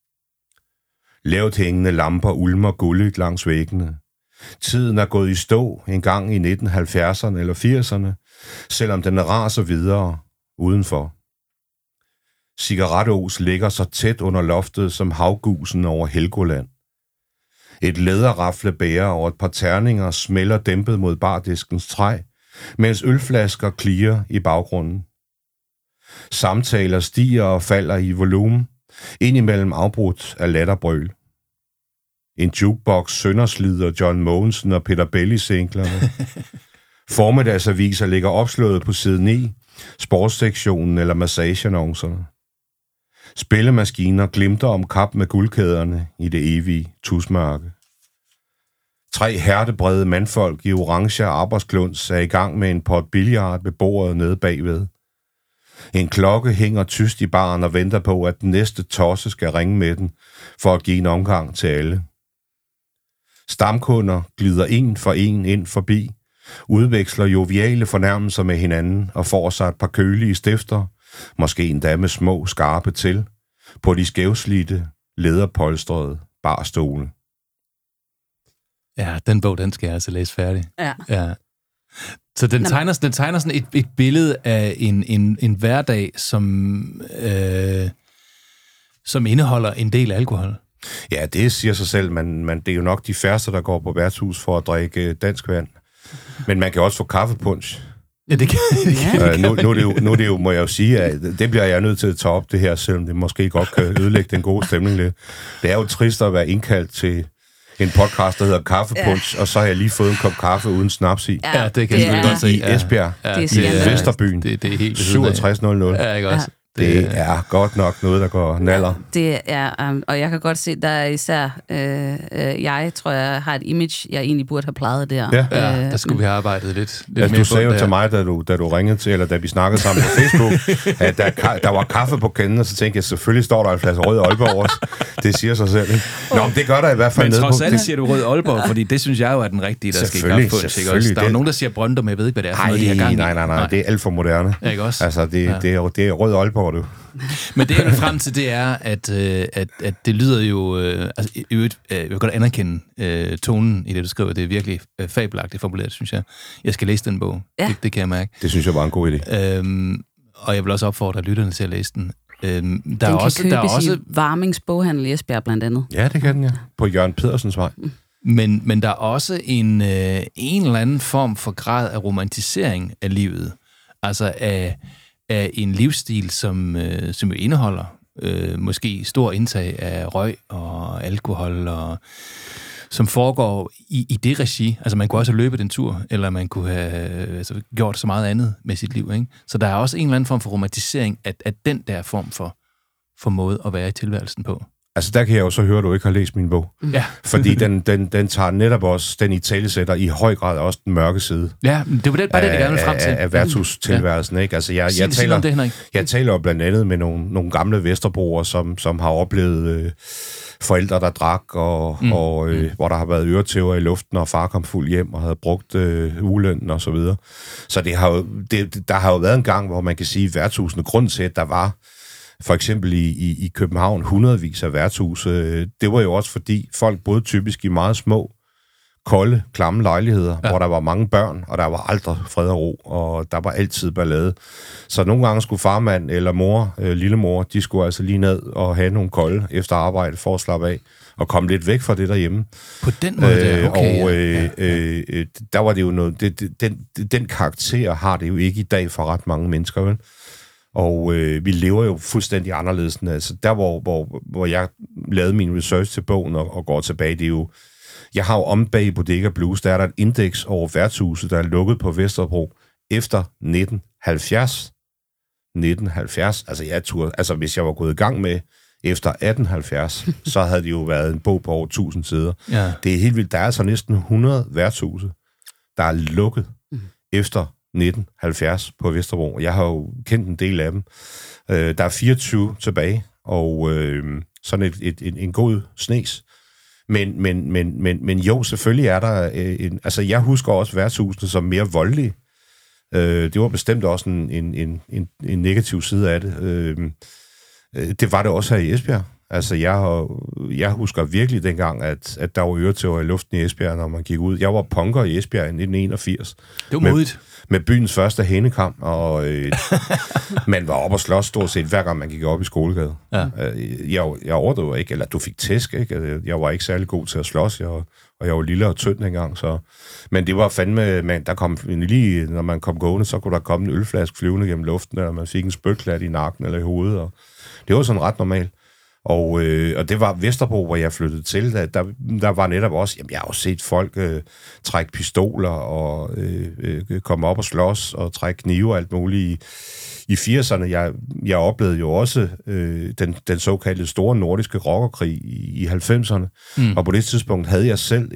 Lavt hængende lamper ulmer gulligt langs væggene. Tiden er gået i stå en gang i 1970'erne eller 80'erne, selvom den raser videre udenfor. Cigaretos ligger så tæt under loftet som havgusen over Helgoland. Et læderrafle bærer over et par terninger smælder dæmpet mod bardiskens træ, mens ølflasker klirrer i baggrunden. Samtaler stiger og falder i volumen, indimellem afbrudt af latterbrøl. En jukebox sønderslider John Mogensen og Peter Belli-singlerne. Formiddagsaviser ligger opslået på side 9, sportssektionen eller massageannoncerne. Spillemaskiner glimter om kap med guldkæderne i det evige tusmørke. 3 hærdebrede mandfolk i orange arbejdskluns er i gang med en pot billard ved bordet nede bagved. En klokke hænger tyst i baren og venter på, at den næste tosse skal ringe med den, for at give en omgang til alle. Stamkunder glider en for en ind forbi, udveksler joviale fornærmelser med hinanden og får sig et par kølige stifter, måske endda med små skarpe til, på de skævslidte, læderpolstrede barstole. Ja, den bog, den skal jeg altså læse færdig. Ja. Så den tegner sådan et billede af en hverdag, som indeholder en del alkohol. Ja, det siger sig selv, men det er jo nok de færreste, der går på værtshus for at drikke dansk vand. Men man kan også få kaffepunch. Ja, det kan. Nu er det jo, må jeg jo sige, at det bliver jeg nødt til at tage op det her, selvom det måske godt kan ødelægge den gode stemning lidt. Det er jo trist at være indkaldt til en podcast, der hedder Kaffepunch, og så har jeg lige fået en kop kaffe uden snaps i. Ja, det kan jeg godt se. I Esbjerg, i Vesterbyen, det er helt 6700. Ja, ikke også? Det er godt nok noget, der går naller. Det er, og jeg kan godt se, der er især, jeg tror, jeg har et image, jeg egentlig burde have plejet der. Ja, der skulle vi have arbejdet lidt altså, du sagde jo til mig, da du ringede til, eller da vi snakkede sammen på Facebook, at der var kaffe på kanden, og så tænkte jeg, selvfølgelig står der en flaske rød Aalborg også. Det siger sig selv, ikke? Nå, men det gør der i hvert fald. Men trods alt siger du rød Aalborg, fordi det synes jeg jo er den rigtige, der skal i kaffepunch. Der er jo nogen, der siger Brøndum, jeg ved ikke, hvad det er for noget, de har gang i. Nej, det er alt for moderne. Ikke også? Altså, det er rød Aalborg, oplever du. Men det, jeg vil frem til, det er, at det lyder jo... jeg vil godt anerkende tonen i det, du skriver. Det er virkelig fabelagtigt formuleret, synes jeg. Jeg skal læse den bog. Ja. Det kan jeg mærke. Det synes jeg var en god idé. Og jeg vil også opfordre lytterne til at læse den. Den kan købes i Varmings boghandel i Esbjerg, blandt andet. Ja, det kan den, ja. På Jørgen Pedersens vej. Men der er også en eller anden form for grad af romantisering af livet. Altså af en livsstil, som jo indeholder måske stor indtag af røg og alkohol, og som foregår i det regi. Altså man kunne også have løbet en tur, eller man kunne have gjort så meget andet med sit liv. Ikke? Så der er også en eller anden form for romantisering af den der form for måde at være i tilværelsen på. Altså, der kan jeg jo så høre, at du ikke har læst min bog. Ja. Fordi den tager netop også, den italesætter i høj grad også den mørke side. Ja, det var det, bare det, jeg gerne vil frem til. Af værtshustilværelsen, ikke? Altså, jeg taler jo blandt andet med nogle gamle Vesterbroer, som har oplevet forældre, der drak, og hvor der har været øretæver i luften, og far kom fuld hjem og havde brugt ulønnen og så videre. Så der har jo været en gang, hvor man kan sige, værtshusene, grund til, at der var for eksempel i København hundredvis af værtshuse, det var jo også fordi folk boede typisk i meget små, kolde, klamme lejligheder, hvor der var mange børn, og der var aldrig fred og ro, og der var altid ballade. Så nogle gange skulle farmand eller mor, lillemor, de skulle altså lige ned og have nogle kolde efter arbejde for at slappe af, og komme lidt væk fra det derhjemme. På den måde, okay. Der var det jo noget, den karakter har det jo ikke i dag for ret mange mennesker, vel? Og vi lever jo fuldstændig anderledes. Altså der, hvor jeg lavede min research til bogen og går tilbage, det er jo... Jeg har jo om bag Bodega Blues, der er der et indeks over værtshuset, der er lukket på Vesterbro efter 1970. 1970, altså hvis jeg var gået i gang med efter 1870, så havde det jo været en bog på over 1000 sider. Ja. Det er helt vildt. Der er altså næsten 100 værtshuse, der er lukket efter 1970 på Vesterbro. Jeg har jo kendt en del af dem. Der er 24 tilbage, og sådan en god snes. Men jo, selvfølgelig er der altså jeg husker også værtshusene som mere voldelige. Det var bestemt også en negativ side af det. Det var det også her i Esbjerg. Altså jeg husker virkelig dengang, at der var øretæver i luften i Esbjerg, når man gik ud. Jeg var punker i Esbjerg i 1981. Det var modigt. Med byens første hænekamp, og man var oppe og slås stort set hver gang man gik op i Skolegade. Ja. Jeg overdriver ikke, eller du fik tæsk, ikke? Jeg var ikke særlig god til at slås, og jeg var lille og tynd dengang, så... Men det var fandme... Der kom lige, når man kom gående, så kunne der komme en ølflaske flyvende gennem luften, eller man fik en spytklat i nakken eller i hovedet, og det var sådan ret normalt. Og det var Vesterbro, hvor jeg flyttede til. Der var netop også... Jamen, jeg har jo set folk trække pistoler og komme op og slås og trække knive og alt muligt i 80'erne. Jeg oplevede jo også den såkaldte store nordiske rockerkrig i 90'erne. Og på det tidspunkt havde jeg selv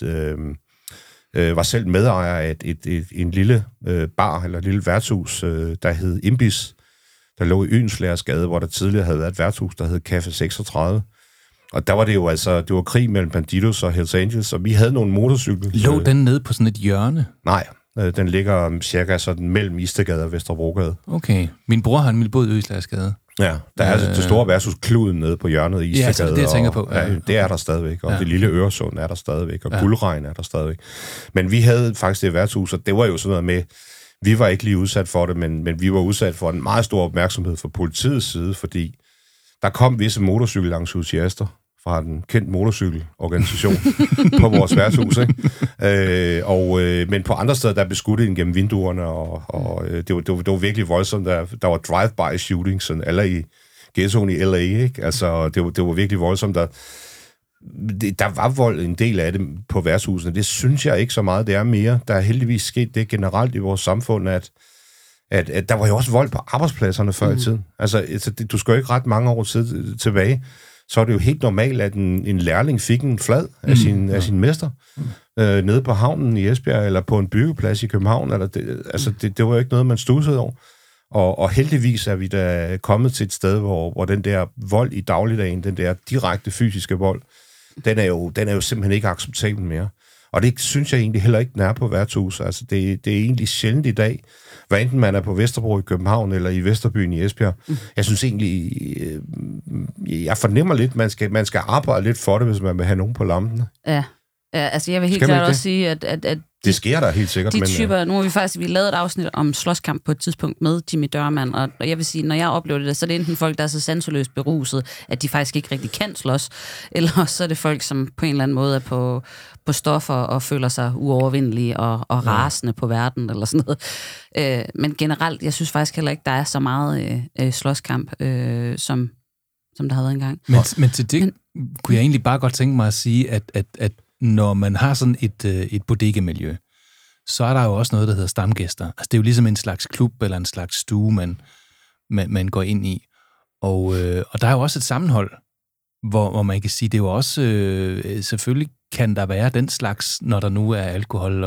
var selv medejer af en lille bar eller et lille værtshus, der hed Imbis, der lå i Øenslærersgade, hvor der tidligere havde været et værtshus, der hed Café 36. Og der var det jo altså, det var krig mellem Bandidos og Hells Angels, og vi havde nogle motorcykler. Lå den nede på sådan et hjørne? Nej, den ligger cirka sådan mellem Istergade og Vesterbrogade. Okay. Min bror har en boet i Øenslærersgade. Ja, der er altså det store værtshus Kluden nede på hjørnet i Istergade. Ja, det jeg tænker på. Ja, det er der stadigvæk, og det lille Øresund er der stadigvæk, og Guldregn er der stadigvæk. Men vi havde faktisk det værtshus, og det var jo sådan noget med, vi var ikke lige udsat for det, men vi var udsat for en meget stor opmærksomhed fra politiets side, fordi der kom visse motorcykelentusiaster fra den kendte motorcykelorganisation på vores værtshus, ikke? Men på andre steder, der beskudt ind gennem vinduerne, og det var virkelig voldsomt. Der var drive-by shootings, eller i ghettoen i LA, ikke? Altså, det var virkelig voldsomt. Der var vold en del af det på værtshusene. Det synes jeg ikke så meget, det er mere. Der er heldigvis sket det generelt i vores samfund, at der var jo også vold på arbejdspladserne før i tiden. Altså, du skal jo ikke ret mange år tilbage. Så er det jo helt normalt, at en lærling fik en flad af sin mester nede på havnen i Esbjerg, eller på en byggeplads i København. Eller det var jo ikke noget, man studsede over. Og heldigvis er vi da kommet til et sted, hvor den der vold i dagligdagen, den der direkte fysiske vold, den er jo simpelthen ikke acceptabel mere. Og det synes jeg egentlig heller ikke, den er på værtshus. Altså, det er egentlig sjældent i dag, hvad enten man er på Vesterbro i København eller i Vesterbyen i Esbjerg. Jeg synes egentlig, jeg fornemmer lidt, man skal arbejde lidt for det, hvis man vil have nogen på lampen. Ja, altså jeg vil helt klart også sige, at det sker der helt sikkert. De typer, nu har vi lavet et afsnit om slåskamp på et tidspunkt med Jimmy Dørmand, og jeg vil sige, når jeg oplever det, så er det enten folk, der er så sanseløst beruset, at de faktisk ikke rigtig kan slås, eller så er det folk, som på en eller anden måde er på stoffer og føler sig uovervindelige og rasende på verden, eller sådan noget. Men generelt, jeg synes faktisk heller ikke, der er så meget slåskamp, som der har været engang. Men til det kunne jeg egentlig bare godt tænke mig at sige, at når man har sådan et bodega-miljø, så er der jo også noget, der hedder stamgæster. Altså, det er jo ligesom en slags klub eller en slags stue, man går ind i. Og der er jo også et sammenhold, hvor man kan sige, det er jo også, selvfølgelig kan der være den slags, når der nu er alkohol,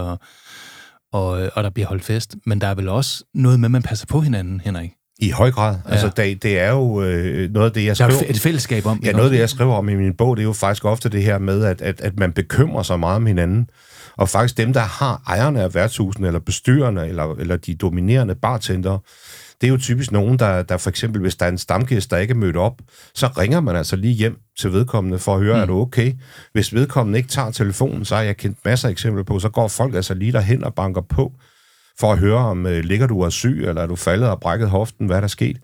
og der bliver holdt fest. Men der er vel også noget med, at man passer på hinanden, Henrik. I høj grad. Ja. Altså, det er jo noget af det, jeg skriver... Der er et fællesskab om. Ja, noget af det, jeg skriver om i min bog, det er jo faktisk ofte det her med, at man bekymrer sig meget om hinanden. Og faktisk dem, der har ejerne af værtshusene, eller bestyrerne, eller de dominerende bartendere, det er jo typisk nogen, der for eksempel, hvis der er en stamgæst, der ikke er mødt op, så ringer man altså lige hjem til vedkommende for at høre, er du okay? Hvis vedkommende ikke tager telefonen, så har jeg kendt masser af eksempler på, så går folk altså lige derhen og banker på, for at høre, om ligger du er syg, eller er du faldet og brækket hoften, hvad der er sket.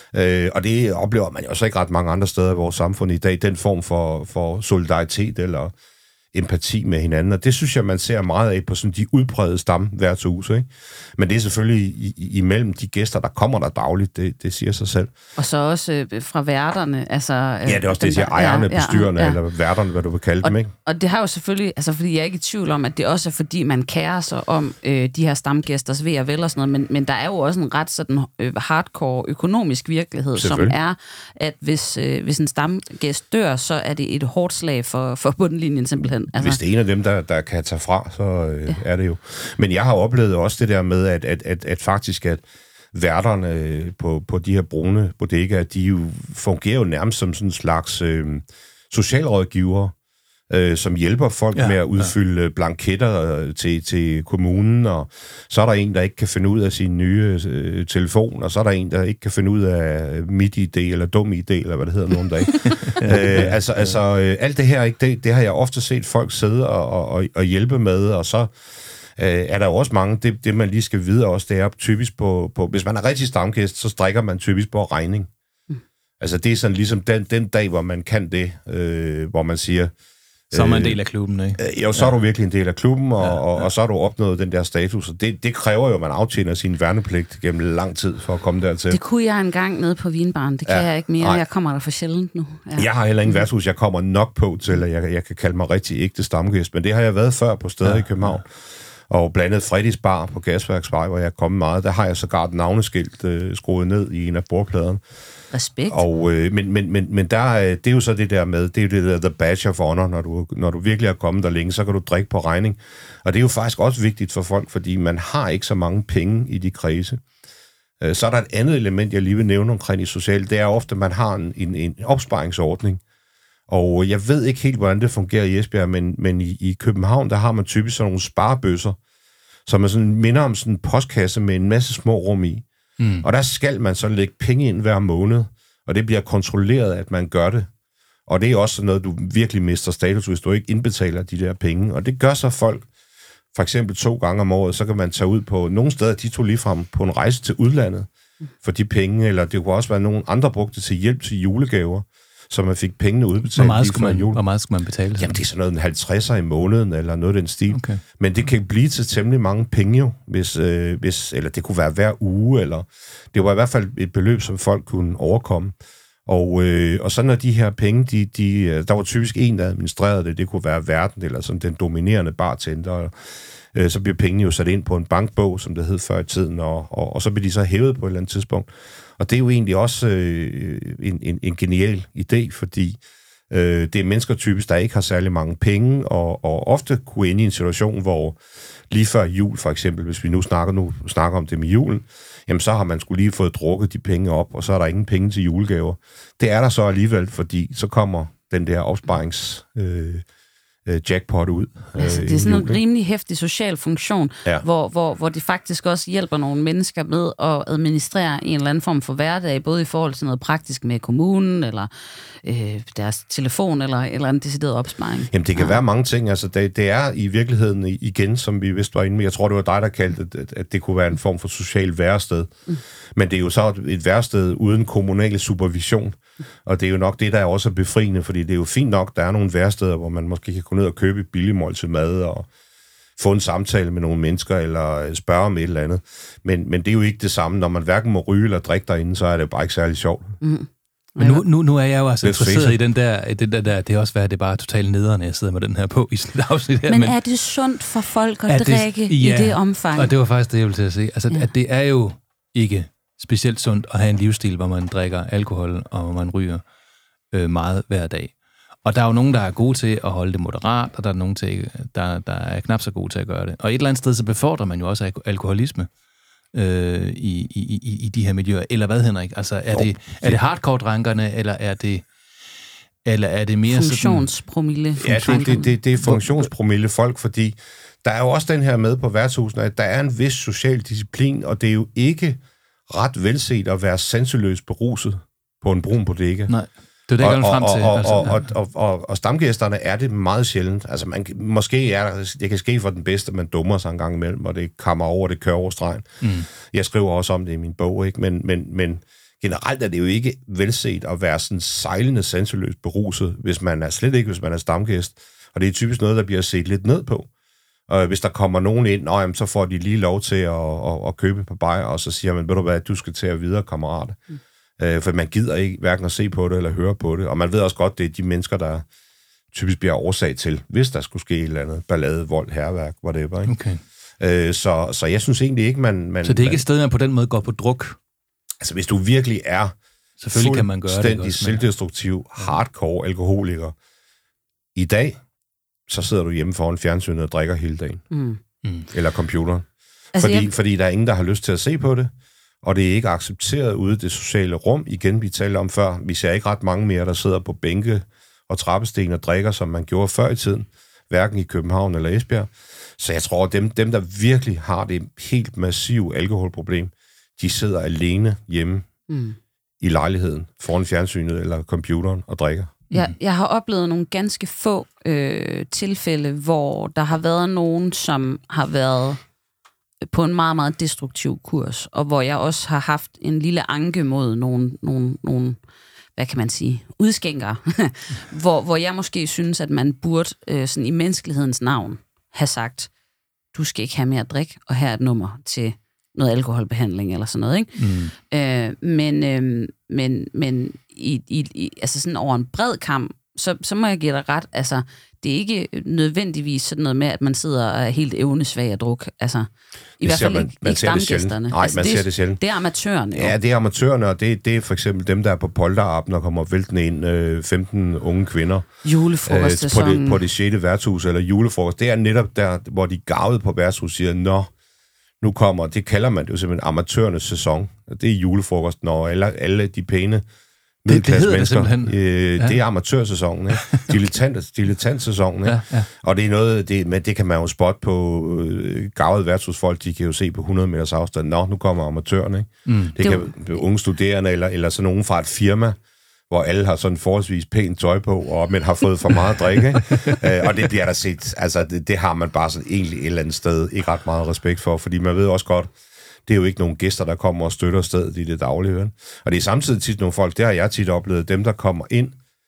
Og det oplever man jo så ikke ret mange andre steder i vores samfund i dag, den form for solidaritet eller empati med hinanden, og det synes jeg, man ser meget af på sådan de udbredte stamværtshuse, ikke? Men det er selvfølgelig imellem de gæster, der kommer der dagligt, det siger sig selv. Og så også fra værterne, altså... Ja, det er også det, jeg siger, ejerne, bestyrerne, eller værterne, hvad du vil kalde dem, ikke? Og det har jo selvfølgelig, altså fordi jeg er ikke i tvivl om, at det også er fordi, man kærer sig om de her stamgæsters ved og vel og sådan noget, men der er jo også en ret sådan hardcore økonomisk virkelighed, som er, at hvis en stamgæst dør, så er det et hårdt slag for bundlinjen simpelthen. Altså. Hvis det er en af dem, der kan tage fra, så er det jo. Men jeg har oplevet også det der med, at faktisk, at værterne på de her brune bodegaer, de jo fungerer jo nærmest som sådan en slags socialrådgivere, som hjælper folk med at udfylde blanketter til kommunen, og så er der en, der ikke kan finde ud af sin nye telefon, og så er der en, der ikke kan finde ud af MitID eller DumID, eller hvad det hedder nogle dage. Alt det her, ikke, det har jeg ofte set folk sidde og hjælpe med, og så er der jo også mange, det man lige skal vide også, det er typisk på hvis man er rigtig stamgæst, så strikker man typisk på regning. Altså det er sådan ligesom den dag, hvor man kan det, hvor man siger, så er man en del af klubben, ikke? Jo, så er du virkelig en del af klubben, og så har du opnået den der status. Og det kræver jo, at man aftjener sin værnepligt gennem lang tid for at komme dertil. Det kunne jeg engang nede på Vinbaren. Det kan jeg ikke mere. Nej. Jeg kommer der for sjældent nu. Ja. Jeg har heller ingen værtshus, jeg kommer nok på til, at jeg kan kalde mig rigtig ægte stamgæst. Men det har jeg været før på steder i København. Og blandt andet Freddy's Bar på Gasværksvej, hvor jeg er kommet meget. Der har jeg sågar et navneskilt skruet ned i en af bordpladerne. Respekt. Og, men der, det er jo så det der med, det er jo det der the badge of honor, når du virkelig er kommet der længe, så kan du drikke på regning. Og det er jo faktisk også vigtigt for folk, fordi man har ikke så mange penge i de kredse. Så er der et andet element, jeg lige vil nævne omkring i socialt, det er ofte, at man har en opsparingsordning. Og jeg ved ikke helt, hvordan det fungerer i Esbjerg, men i København, der har man typisk sådan nogle sparebøsser, som er sådan, minder om sådan en postkasse med en masse små rum i. Og der skal man så lægge penge ind hver måned, og det bliver kontrolleret, at man gør det. Og det er også noget, du virkelig mister status, hvis du ikke indbetaler de der penge. Og det gør så folk, for eksempel 2 gange om året, så kan man tage ud på nogle steder, de tog ligefrem på en rejse til udlandet for de penge, eller det kunne også være nogen andre brugte til hjælp til julegaver, så man fik pengene udbetalt. Hvor meget skulle man betale? Jamen, det er sådan noget en 50'er i måneden, eller noget af den stil. Okay. Men det kan blive til temmelig mange penge jo, hvis eller det kunne være hver uge, eller det var i hvert fald et beløb, som folk kunne overkomme. Og så når de her penge, der var typisk en, der administrerede det kunne være verden, eller sådan den dominerende bartender, så bliver pengene jo sat ind på en bankbog, som det hed før i tiden, og så bliver de så hævet på et eller andet tidspunkt. Og det er jo egentlig også en genial idé, fordi det er mennesker typisk, der ikke har særlig mange penge, og ofte kunne ende i en situation, hvor lige før jul for eksempel, hvis vi nu snakker om det med julen, jamen så har man skulle lige fået drukket de penge op, og så er der ingen penge til julegaver. Det er der så alligevel, fordi så kommer den der opsparings jackpot ud. Altså, det er sådan en rimelig heftig social funktion, hvor det faktisk også hjælper nogle mennesker med at administrere en eller anden form for hverdag, både i forhold til noget praktisk med kommunen, eller deres telefon, eller en decideret opsparing. Jamen, det kan være mange ting. Altså, det er i virkeligheden igen, som vi vist var inde med. Jeg tror, det var dig, der kaldte at det kunne være en form for social værested. Men det er jo så et værested uden kommunal supervision. Og det er jo nok det, der er også befriende, fordi det er jo fint nok, der er nogle væresteder, hvor man måske kan gå ned og købe et billigt måltid mad og få en samtale med nogle mennesker, eller spørge om et eller andet. Men det er jo ikke det samme. Når man hverken må ryge eller drikke derinde, så er det bare ikke særlig sjovt. Men nu er jeg jo altså interesseret i den der, det er også, hvad det er bare totalt nederen, når jeg sidder med den her på i sådan et afsnit her. Men er det sundt for folk at drikke i det omfang? Og det var faktisk det, jeg ville til at sige. Altså, at det er jo ikke specielt sundt at have en livsstil, hvor man drikker alkohol, og hvor man ryger meget hver dag. Og der er jo nogen, der er gode til at holde det moderat, og der er nogen, der er knap så gode til at gøre det. Og et eller andet sted, så befordrer man jo også alkoholisme i de her miljøer. Eller hvad, Henrik? Altså, er det hardcore-drankerne, eller er det mere funktionspromille? Ja, det er funktionspromille folk, fordi der er jo også den her med på værtshusene, at der er en vis social disciplin, og det er jo ikke ret velset at være sanseløst beruset på en brun bodega. Nej, det er det, jeg frem til. Og stamgæsterne er det meget sjældent. Altså, måske det kan ske for den bedste, man dummer sig en gang imellem, og det kommer over, det kører over stregen. Jeg skriver også om det i min bog, ikke? Men generelt er det jo ikke velset at være sådan sejlende sanseløst beruset, hvis man er stamgæst. Og det er typisk noget, der bliver set lidt ned på. Og hvis der kommer nogen ind, så får de lige lov til at købe på bajer, og så siger man, ved du hvad, du skal til at videre, kammerat. For man gider ikke hverken at se på det eller høre på det. Og man ved også godt, det er de mennesker, der typisk bliver årsag til, hvis der skulle ske et eller andet ballade, vold, hærværk, whatever. Ikke? Okay. Så jeg synes egentlig ikke, man... Så det er ikke et sted, man på den måde går på druk? Altså, hvis du virkelig er fuldstændig selvdestruktiv, hardcore alkoholiker i dag, så sidder du hjemme foran fjernsynet og drikker hele dagen. Eller computeren. Altså, fordi der er ingen, der har lyst til at se på det, og det er ikke accepteret ude i det sociale rum. Igen, vi talte om før, vi ser ikke ret mange mere, der sidder på bænke og trappesten og drikker, som man gjorde før i tiden, hverken i København eller Esbjerg. Så jeg tror, at dem der virkelig har det helt massive alkoholproblem, de sidder alene hjemme i lejligheden, foran fjernsynet eller computeren og drikker. Jeg har oplevet nogle ganske få tilfælde, hvor der har været nogen, som har været på en meget, meget destruktiv kurs, og hvor jeg også har haft en lille anke mod nogle hvad kan man sige, udskænker, hvor jeg måske synes, at man burde sådan i menneskelighedens navn have sagt, du skal ikke have mere drik, og her er et nummer til noget alkoholbehandling eller sådan noget, ikke? Men altså sådan over en bred kam, så må jeg give dig ret. Altså, det er ikke nødvendigvis sådan noget med, at man sidder og er helt evnesvag af druk. Altså, i hvert fald ikke stamgæsterne. Nej, altså, man ser det sjældent. Det er amatørerne. Ja, det er amatørerne, og det er for eksempel dem, der er på polterappen og kommer væltende ind 15 unge kvinder. Julefrokostsæsonen. På det 6. værtshus, eller julefrokost. Det er netop der, hvor de gavede på værtshus siger, nu kommer, det kalder man det jo simpelthen amatørernes sæson. Det er julefrokosten, og alle de pæne middelklassemennesker. Det er amatørsæsonen, ikke? Dilettantsæsonen, ikke? Ja. Og det er noget, men det kan man jo spotte på gavede værtshusfolk, de kan jo se på 100 meters afstand. Nu kommer amatørerne, ikke? Det kan unge studerende, eller sådan nogen fra et firma, hvor alle har sådan forholdsvis pænt tøj på, men har fået for meget drik, ikke? Og det bliver der set, altså det har man bare sådan egentlig et eller andet sted ikke ret meget respekt for, fordi man ved også godt, det er jo ikke nogen gæster, der kommer og støtter stedet i det daglige. Og det er samtidig tit nogle folk, det har jeg tit oplevet, dem der kommer ind,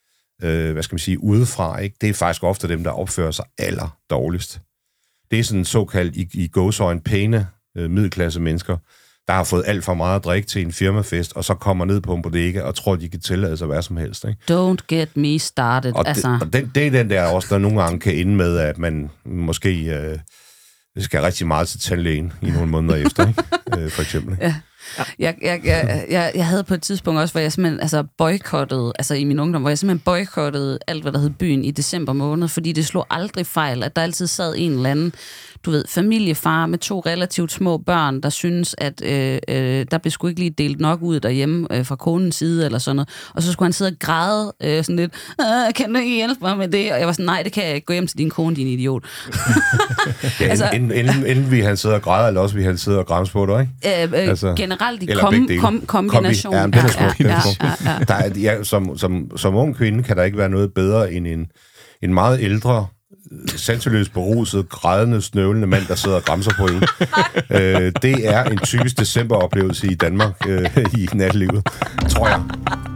udefra, ikke? Det er faktisk ofte dem, der opfører sig aller dårligst. Det er sådan såkaldt i gåseøjne pæne middelklasse mennesker, der har fået alt for meget drik til en firmafest, og så kommer ned på en bodega og tror, de kan tillade sig hvad som helst. Ikke? Don't get me started. Og det er den der også, der nogle gange kan ende med, at man måske skal rigtig meget til tandlægen i nogle måneder efter, ikke? For eksempel. Ikke? Ja. Jeg havde på et tidspunkt også, hvor jeg simpelthen boykottede, i min ungdom, hvor jeg simpelthen boykottede alt, hvad der hed Byen i december måned, fordi det slog aldrig fejl, at der altid sad en eller anden, du ved, familiefar med 2 relativt små børn, der synes, at der blev sgu ikke lige delt nok ud derhjemme fra konens side eller sådan noget. Og så skulle han sidde og græde sådan lidt, kan du ikke hjælpe mig med det? Og jeg var sådan, nej, det kan jeg ikke. Gå hjem til din kone, din idiot. Ja, enten vi han sidder og græder, eller også vi han sidder og græmmes på dig, ikke? Generelt i Ja, kombination. den er smuk. Som ung kvinde kan der ikke være noget bedre end en meget ældre, sanseløst beruset, grædende, snøvlende mand, der sidder og græmser på en. Det er en typisk decemberoplevelse i Danmark i nattelivet, tror jeg.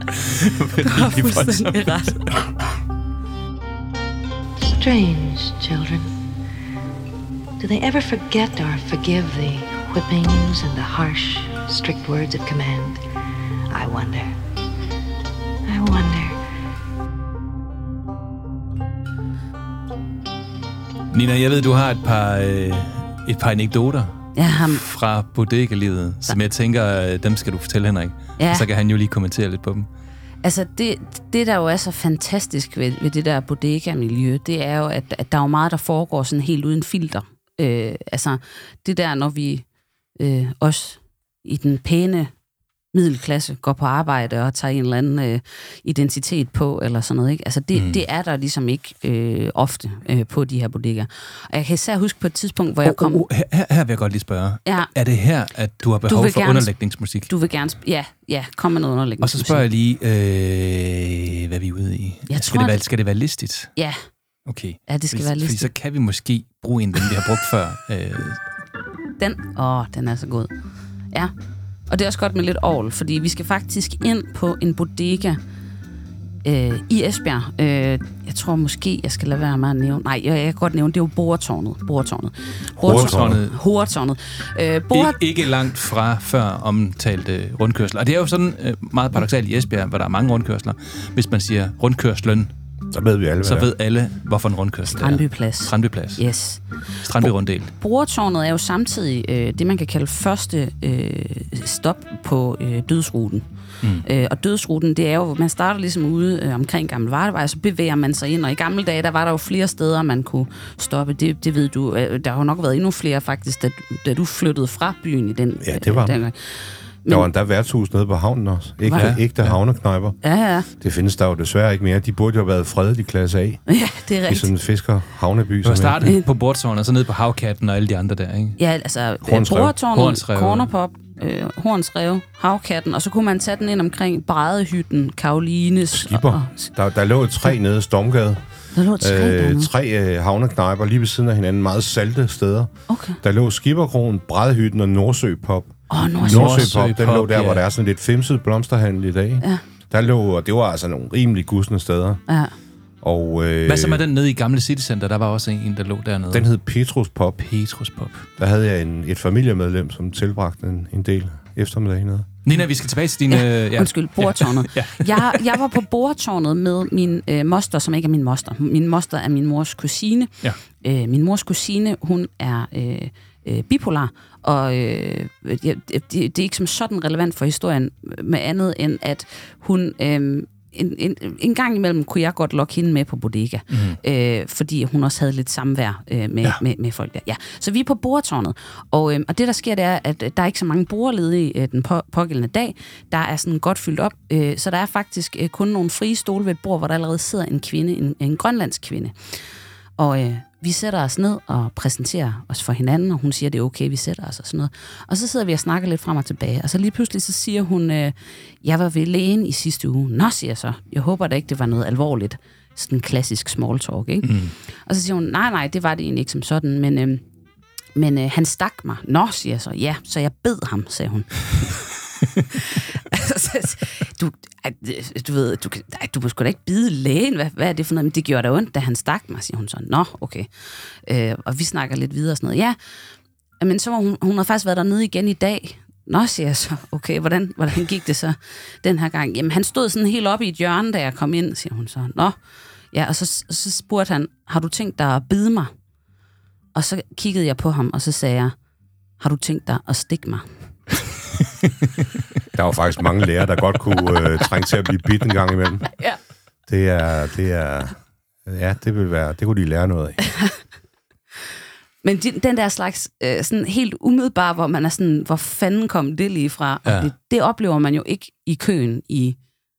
Strange children. Do they ever forget or forgive the whippings and the harsh, strict words of command? I wonder. Nina, jeg ved, du har et par anekdoter fra bodega-livet, som jeg tænker, dem skal du fortælle, Henrik. Ja. Så kan han jo lige kommentere lidt på dem. Altså, det der jo er så fantastisk ved det der bodega-miljø, det er jo, at der er jo meget, der foregår sådan helt uden filter. Det der, når vi også i den pæne middelklasse går på arbejde og tager en eller anden identitet på, eller sådan noget, ikke? Altså, det er der ligesom ikke ofte på de her bodegaer. Og jeg kan især huske på et tidspunkt, hvor jeg kom... Her vil jeg godt lige spørge. Ja. Er det her, at du har behov for underlægningsmusik? Du vil gerne... Ja, kom med noget underlægningsmusik. Og så spørger jeg lige, hvad vi er ude i. Skal det være listigt? Ja. Okay. Ja, det skal være listigt. Fordi så kan vi måske bruge en, den vi har brugt før. Den er så god. Ja. Og det er også godt med lidt orgel, fordi vi skal faktisk ind på en bodega i Esbjerg. Jeg tror måske, jeg skal lade være med at nævne... Nej, jeg kan godt nævne, det er jo Horetårnet. Ikke langt fra før omtalte rundkørsler. Og det er jo sådan meget paradoksalt i Esbjerg, hvor der er mange rundkørsler. Hvis man siger rundkørslen, så ved alle, hvorfor en rundkørsel er. Strandbyplads. Yes. Strandbyrunddel. Boretårnet er jo samtidig det, man kan kalde første stop på dødsruten. Og dødsruten, det er jo, man starter ligesom ude omkring Gammel Vardevej, og så bevæger man sig ind. Og i gamle dage, der var der jo flere steder, man kunne stoppe. Det ved du. Der har jo nok været endnu flere faktisk, da du flyttede fra byen i den. Ja, det var der. Der var endda værtshus nede på havnen også. Ægte havneknejper. Ja. Det findes der jo desværre ikke mere. De burde jo have været fredet i klasse A. Ja, det er rigtigt. I sådan en fisker-havneby. Du har startet på Bordtårnet, og så ned på Havkatten og alle de andre der, ikke? Ja, altså Bordtårnet, Cornerpop, Hornsrev, Havkatten, og så kunne man tage den ind omkring Bradehytten, Karolines. Skipper. Der lå et træ nede i Stormgade. Der lå 3 havneknejper lige ved siden af hinanden, meget salte steder. Okay. Der lå Skipperkrogen, Bradehytten og Nordsøpop. Nordsøpop, den lå der, hvor der er sådan lidt femset blomsterhandel i dag. Ja. Der lå, og det var altså nogle rimelig gusne steder. Ja. Og, hvad så med den nede i Gamle City Center? Der var også en, der lå dernede. Den hed Petrus Pop. Der havde jeg et familiemedlem, som tilbragte en del eftermiddag nede. Nina, vi skal tilbage til din... Undskyld, Bordtårnet. Jeg var på Bordtårnet med min moster, som ikke er min moster. Min moster er min mors kusine. Ja. Min mors kusine, hun er bipolar, og det er ikke som sådan relevant for historien med andet end, at hun... En gang imellem kunne jeg godt lokke hende med på bodega, fordi hun også havde lidt samvær med folk der. Ja. Så vi er på Bordtårnet, og det der sker, det er, at der er ikke så mange borde ledige den pågældende dag. Der er sådan godt fyldt op, så der er faktisk kun nogle frie stole ved et bord, hvor der allerede sidder en kvinde, en grønlandsk kvinde. Og vi sætter os ned og præsenterer os for hinanden, og hun siger, det er okay, vi sætter os og sådan noget. Og så sidder vi og snakker lidt frem og tilbage, og så lige pludselig så siger hun, jeg var ved lægen i sidste uge. Nå, siger jeg så. Jeg håber da ikke, det var noget alvorligt. Sådan klassisk small talk, ikke? Og så siger hun, nej, det var det egentlig ikke som sådan, men han stak mig. Nå, siger jeg så. Ja, så jeg bed ham, sagde hun. Du ved, du må sgu da ikke bide lægen. Hvad er det for noget? Men det gjorde da ondt, da han stak mig, siger hun så. Nå, okay. Og vi snakker lidt videre og sådan noget. Ja, men så var hun har faktisk været dernede igen i dag. Nå, siger jeg så. Okay, hvordan gik det så den her gang? Jamen, han stod sådan helt oppe i et hjørne, da jeg kom ind, siger hun så. Nå, ja, og så spurgte han, har du tænkt dig at bide mig? Og så kiggede jeg på ham, og så sagde jeg, har du tænkt dig at stikke mig? Der var faktisk mange lærere, der godt kunne trænge til at blive bidt en gang imellem. Ja. Det kunne de lære noget af. Men den der slags sådan helt umiddelbare, hvor man er sådan, hvor fanden kom det lige fra? Ja. Og det oplever man jo ikke i køen i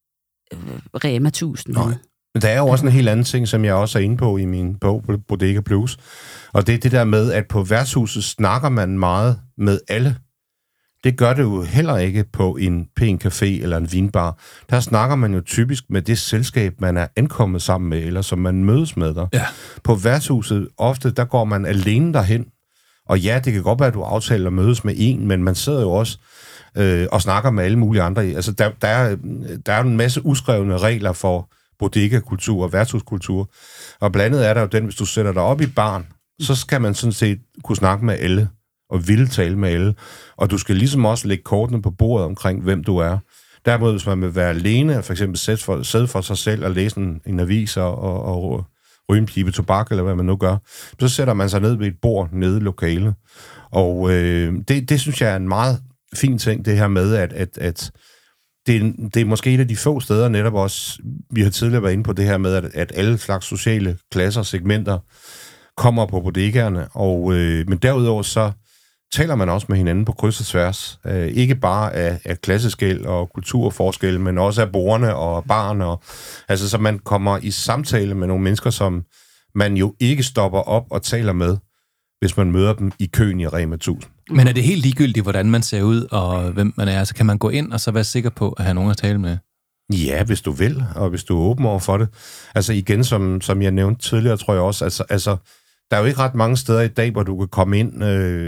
Rema 1000. Nej. Men der er jo også en helt anden ting, som jeg også er inde på i min bog, Bodega Blues. Og det er det der med, at på værtshuset snakker man meget med alle. Det gør det jo heller ikke på en pæn café eller en vinbar. Der snakker man jo typisk med det selskab, man er ankommet sammen med, eller som man mødes med der. Ja. På værtshuset, ofte, der går man alene derhen. Og ja, det kan godt være, at du aftaler at mødes med en, men man sidder jo også og snakker med alle mulige andre. Altså, der er en masse uskrevne regler for bodega-kultur og værtshuskultur. Og blandt andet er der jo den, hvis du sætter dig op i baren, så skal man sådan set kunne snakke med alle og ville tale med alle. Og du skal ligesom også lægge kortene på bordet omkring, hvem du er. Derimod, hvis man vil være alene, for eksempel sidde for sig selv og læse en avis og ryge en pibe tobak, eller hvad man nu gør, så sætter man sig ned ved et bord nede i lokalet. Og det synes jeg er en meget fin ting, det her med, at det er måske et af de få steder, netop også, vi har tidligere været inde på det her med, at alle slags sociale klasser og segmenter kommer på bodegaerne, men derudover så taler man også med hinanden på kryds og tværs. Ikke bare af klasseskel og kulturforskel, men også af bordene og barne. Altså, så man kommer i samtale med nogle mennesker, som man jo ikke stopper op og taler med, hvis man møder dem i køen i Rema 1000. Men er det helt ligegyldigt, hvordan man ser ud og hvem man er? Så kan man gå ind og så være sikker på at have nogen at tale med? Ja, hvis du vil, og hvis du er åben over for det. Altså igen, som jeg nævnte tidligere, tror jeg også, altså der er jo ikke ret mange steder i dag, hvor du kan komme ind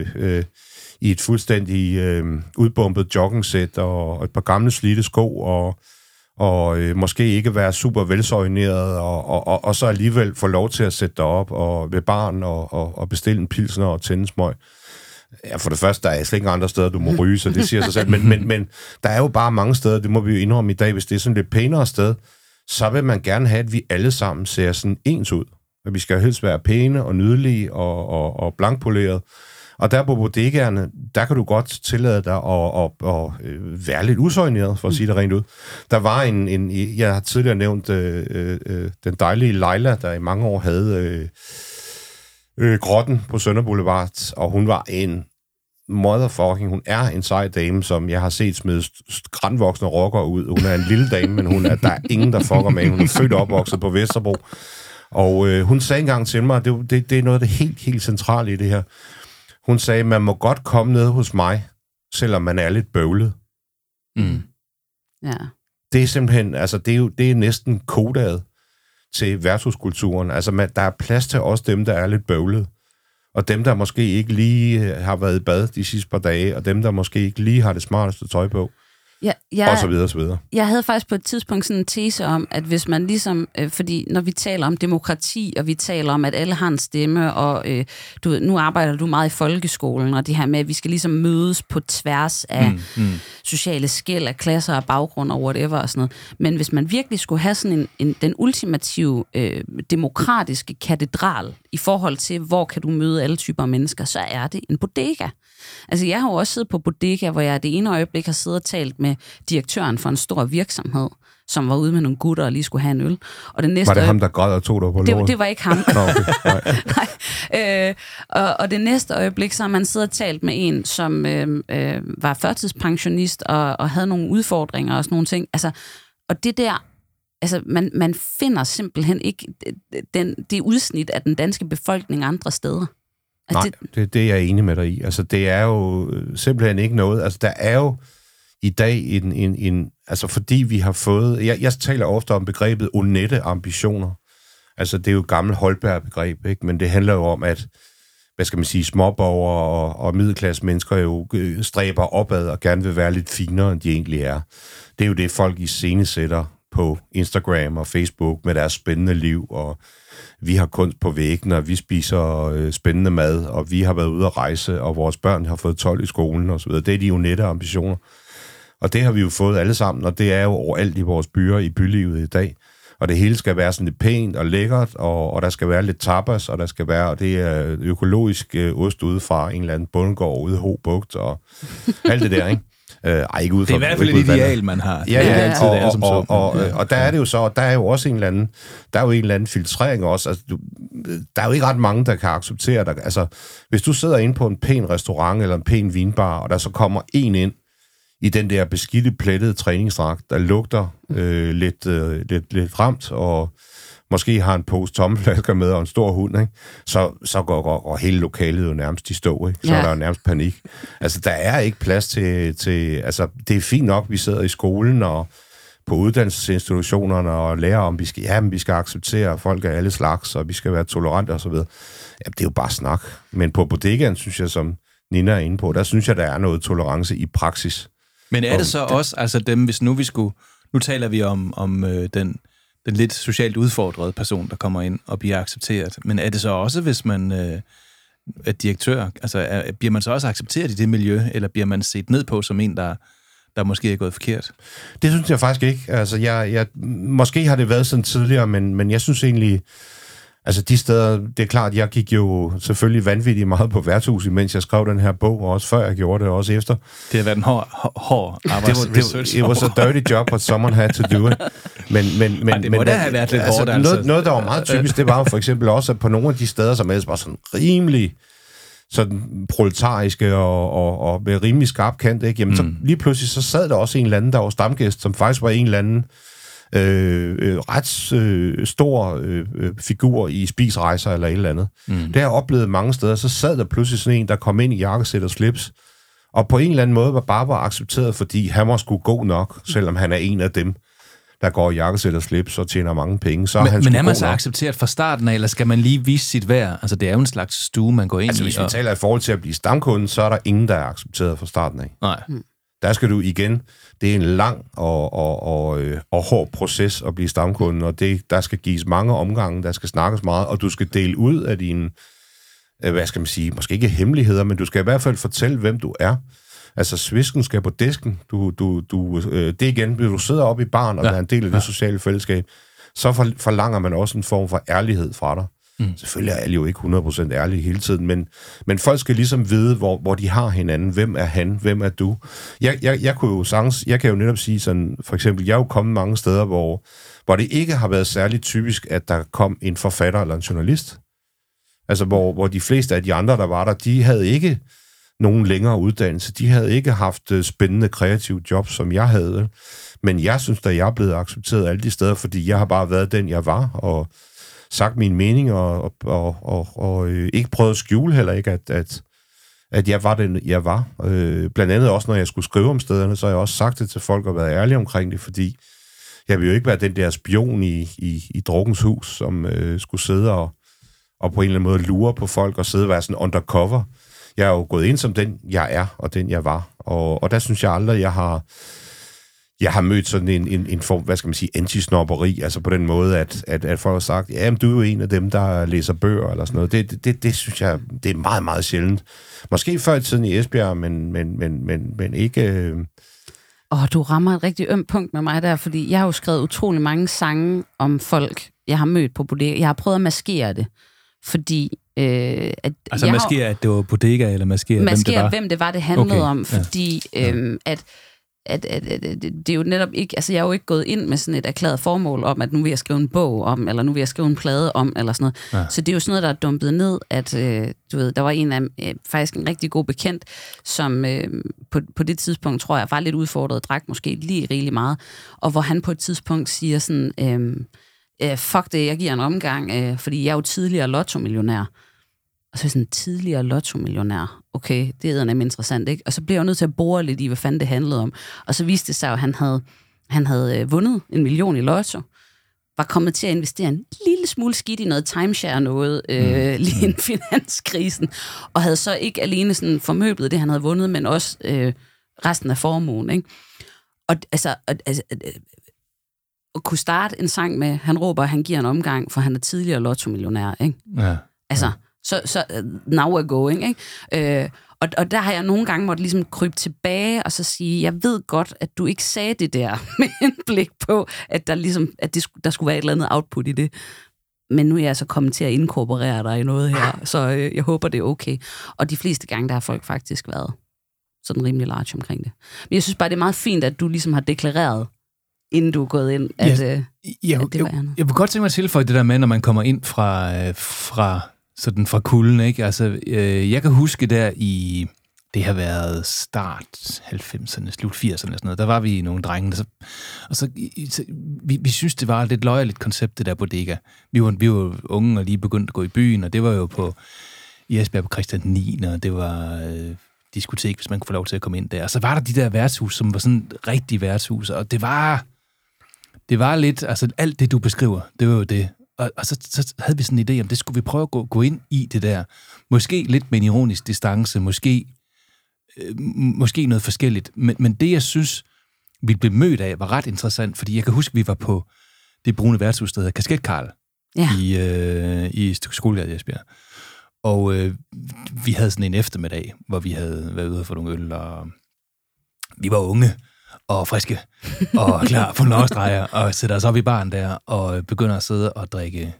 i et fuldstændig udbumpet joggingsæt og et par gamle slidte sko, og måske ikke være super velsorienteret, og så alligevel få lov til at sætte dig op og ved baren og bestille en pilsner og tænde smøg. Ja, for det første, der er slet ikke andre steder, du må ryge, så det siger sig selv. Men der er jo bare mange steder, det må vi jo indrømme i dag, hvis det er sådan lidt pænere sted, så vil man gerne have, at vi alle sammen ser sådan ens ud. Vi skal jo helst være pæne og nydelige og blankpolerede. Og der på bodegaerne, der kan du godt tillade dig at være lidt usøjneret, for at sige det rent ud. Der var jeg har tidligere nævnt den dejlige Leila, der i mange år havde grotten på Sønder Boulevard, og hun var en motherfucking, hun er en sej dame, som jeg har set smide grandvoksne rockere ud. Hun er en lille dame, men der er ingen, der fucker med. Hun er født og opvokset på Vesterbro. Og hun sagde engang til mig, det er noget af det helt centrale i det her. Hun sagde, man må godt komme ned hos mig, selvom man er lidt bøvlet. Mm. Ja. Det er simpelthen, altså det er næsten kodaet til værtshuskulturen. Altså der er plads til også dem, der er lidt bøvlet. Og dem, der måske ikke lige har været i bad de sidste par dage, og dem, der måske ikke lige har det smarteste tøj på. Og så videre, og så videre. Jeg havde faktisk på et tidspunkt sådan en tese om, at hvis man ligesom, fordi når vi taler om demokrati, og vi taler om, at alle har en stemme, og nu arbejder du meget i folkeskolen, og det her med, at vi skal ligesom mødes på tværs af sociale skel, af klasser og baggrund og whatever og sådan noget. Men hvis man virkelig skulle have sådan den ultimative demokratiske katedral i forhold til, hvor kan du møde alle typer af mennesker, så er det en bodega. Altså, jeg har jo også siddet på bodega, hvor jeg det ene øjeblik har siddet og talt med direktøren for en stor virksomhed, som var ude med nogle gutter og lige skulle have en øl. Og det næste var det ham, der græd og tog dig på låret? Det var ikke ham. Nå, okay. Nej. Og det næste øjeblik, så har man siddet og talt med en, som var førtidspensionist og havde nogle udfordringer og sådan nogle ting. Altså, og det der, altså, man finder simpelthen ikke det udsnit af den danske befolkning andre steder. Altså, nej, det er jeg enig med dig i. Altså, det er jo simpelthen ikke noget. Altså, der er jo i dag altså, fordi vi har fået... Jeg taler ofte om begrebet onette ambitioner. Altså, det er jo et gammelt Holberg-begreb, ikke? Men det handler jo om, at, hvad skal man sige, småborgere og middelklasse mennesker jo stræber opad og gerne vil være lidt finere, end de egentlig er. Det er jo det, folk iscenesætter på Instagram og Facebook med deres spændende liv, og vi har kunst på væggen, og vi spiser spændende mad, og vi har været ude at rejse, og vores børn har fået 12 i skolen og så videre. Det er de jo nette ambitioner. Og det har vi jo fået alle sammen, og det er jo overalt i vores byer, i bylivet i dag. Og det hele skal være sådan lidt pænt og lækkert, og der skal være lidt tapas, og der skal være, og det er økologisk ost ude fra en eller anden bundegård ude i Hobugt, og alt det der, ikke? Ikke ud det er i hvert fald et ideal, man har. Og der er det jo så, der er jo også en eller anden filtrering også. Altså, der er jo ikke ret mange, der kan acceptere dig. Altså, hvis du sidder inde på en pæn restaurant eller en pæn vinbar, og der så kommer en ind i den der beskidte, plettede træningsdragt, der lugter lidt ramt, og måske har en pose tommelflasker med og en stor hund, ikke? Så går hele lokalet jo nærmest i stå, ikke? Så er der jo nærmest panik. Altså, der er ikke plads til... Altså, det er fint nok, vi sidder i skolen og på uddannelsesinstitutionerne og lærer om, vi skal acceptere folk af alle slags, og vi skal være tolerante osv. Ja, det er jo bare snak. Men på bodegaen, synes jeg, som Nina er inde på, der synes jeg, der er noget tolerance i praksis. Men er det så også, altså dem, hvis nu vi skulle... Nu taler vi om den lidt socialt udfordrede person, der kommer ind og bliver accepteret. Men er det så også, hvis man er direktør, altså bliver man så også accepteret i det miljø, eller bliver man set ned på som en, der måske er gået forkert? Det synes jeg faktisk ikke. Altså, måske har det været sådan tidligere, men jeg synes egentlig... Altså de steder, det er klart, jeg gik jo selvfølgelig vanvittigt meget på værtshus, mens jeg skrev den her bog, og også før jeg gjorde det, og også efter. Det har været en hård arbejdsresearch. It was a dirty job, but someone had to do it. Men det må da have været lidt hårdt, altså. Noget, der var meget typisk, det var jo for eksempel også, at på nogle af de steder, som ellers var sådan rimelig sådan proletariske og med rimelig skarp kant, ikke? Jamen, så lige pludselig så sad der også en eller anden, der var stamgæst, som faktisk var en eller anden ret stor figur i spisrejser eller et eller andet. Det har jeg oplevet mange steder. Så sad der pludselig sådan en, der kom ind i jakkesæt og slips, og på en eller anden måde var accepteret, fordi han var sgu god nok, selvom han er en af dem, der går i jakkesæt og slips og tjener mange penge. Så men er man så accepteret fra starten af, eller skal man lige vise sit værd? Altså, det er jo en slags stue, man går ind i. Altså, hvis vi taler i forhold til at blive stamkunde, så er der ingen, der er accepteret fra starten af. Nej. Der skal du igen, det er en lang og hård proces at blive stamkunde, og der skal gives mange omgange, der skal snakkes meget, og du skal dele ud af dine, hvad skal man sige, måske ikke hemmeligheder, men du skal i hvert fald fortælle, hvem du er. Altså, svisken skal på disken. Det igen, hvis du sidder oppe i baren og er en del af det sociale fællesskab, så forlanger man også en form for ærlighed fra dig. Selvfølgelig er alle jo ikke 100% ærlige hele tiden, men folk skal ligesom vide, hvor de har hinanden. Hvem er han? Hvem er du? Jeg kan jo netop sige sådan, for eksempel, jeg er jo kommet mange steder, hvor det ikke har været særligt typisk, at der kom en forfatter eller en journalist. Altså, hvor de fleste af de andre, der var der, de havde ikke nogen længere uddannelse. De havde ikke haft spændende kreative jobs, som jeg havde. Men jeg synes, at jeg er blevet accepteret alle de steder, fordi jeg har bare været den, jeg var, og sagt min mening, og ikke prøvet at skjule heller ikke, at jeg var den, jeg var. Blandt andet også, når jeg skulle skrive om stederne, så har jeg også sagt det til folk og været ærlig omkring det, fordi jeg vil jo ikke være den der spion i Drukkens Hus, som skulle sidde og på en eller anden måde lure på folk og sidde og være sådan undercover. Jeg er jo gået ind som den, jeg er, og den, jeg var. Og der synes jeg aldrig, jeg har mødt sådan en form, hvad skal man sige, antisnobberi, altså på den måde, at folk har sagt, ja, men du er jo en af dem, der læser bøger, eller sådan noget. Det synes jeg, det er meget, meget sjældent. Måske før i tiden i Esbjerg, men ikke... Du rammer et rigtig ømt punkt med mig der, fordi jeg har jo skrevet utrolig mange sange om folk, jeg har mødt på bodega. Jeg har prøvet at maskere det, fordi... maskere, at det var bodega, eller maskere hvem det var, det handlede om, fordi at det er jo netop ikke, altså jeg er jo ikke gået ind med sådan et erklæret formål om, at nu vil jeg skrive en bog om, eller nu vil jeg skrive en plade om, eller sådan noget. Ja. Så det er jo sådan noget, der er dumpet ned, at du ved, der var en af, faktisk en rigtig god bekendt, som på det tidspunkt, tror jeg, var lidt udfordret, drak måske lige rigeligt meget, og hvor han på et tidspunkt siger sådan, fuck det, jeg giver en omgang, fordi jeg er jo tidligere lottomillionær. Og så er sådan, tidligere lottomillionær. Okay, det er nemlig interessant, ikke? Og så blev jeg nødt til at bore lidt i, hvad fanden det handlede om. Og så viste det sig, at han havde vundet 1 million i lotto, var kommet til at investere en lille smule skidt i noget timeshare noget, lige inden finanskrisen, og havde så ikke alene sådan formøblet det, han havde vundet, men også resten af formuen, ikke? Og altså at kunne starte en sang med, han råber, han giver en omgang, for han er tidligere lottomillionær, ikke? Ja. Altså, så now we're going, ikke? Og der har jeg nogle gange måtte ligesom krybe tilbage og så sige, jeg ved godt, at du ikke sagde det der med en blik på, at der ligesom, at der skulle være et eller andet output i det. Men nu er jeg så kommet til at inkorporere dig i noget her, så jeg håber, det er okay. Og de fleste gange, der har folk faktisk været sådan rimelig large omkring det. Men jeg synes bare, det er meget fint, at du ligesom har deklareret, inden du er gået ind, at, at det var andet. Jeg vil godt tænke mig at tilføje det der med, når man kommer ind fra kulden, ikke? Altså, jeg kan huske der i... Det har været start 90'erne, slut 80'erne og sådan noget. Der var vi nogle drenge, vi synes, det var et lidt løjerligt koncept, det der bodega. Vi var unge og lige begyndt at gå i byen, og det var jo i Esbjerg på Christian 9, og det var diskotek, hvis man kunne få lov til at komme ind der. Og så var der de der værtshus, som var sådan rigtige værtshus, og det var lidt, altså alt det, du beskriver, det var jo det. Og så havde vi sådan en idé om, det skulle vi prøve at gå ind i det der. Måske lidt med en ironisk distance, måske noget forskelligt. Men det, jeg synes, vi blev mødt af, var ret interessant, fordi jeg kan huske, vi var på det brune værtshus, der hedder Kasket Karl, i Skolegade i Esbjerg. Og vi havde sådan en eftermiddag, hvor vi havde været ude for nogle øl, og vi var unge og friske, og klar på nårestreger, og sætter os op i baren der, og begynder at sidde og drikke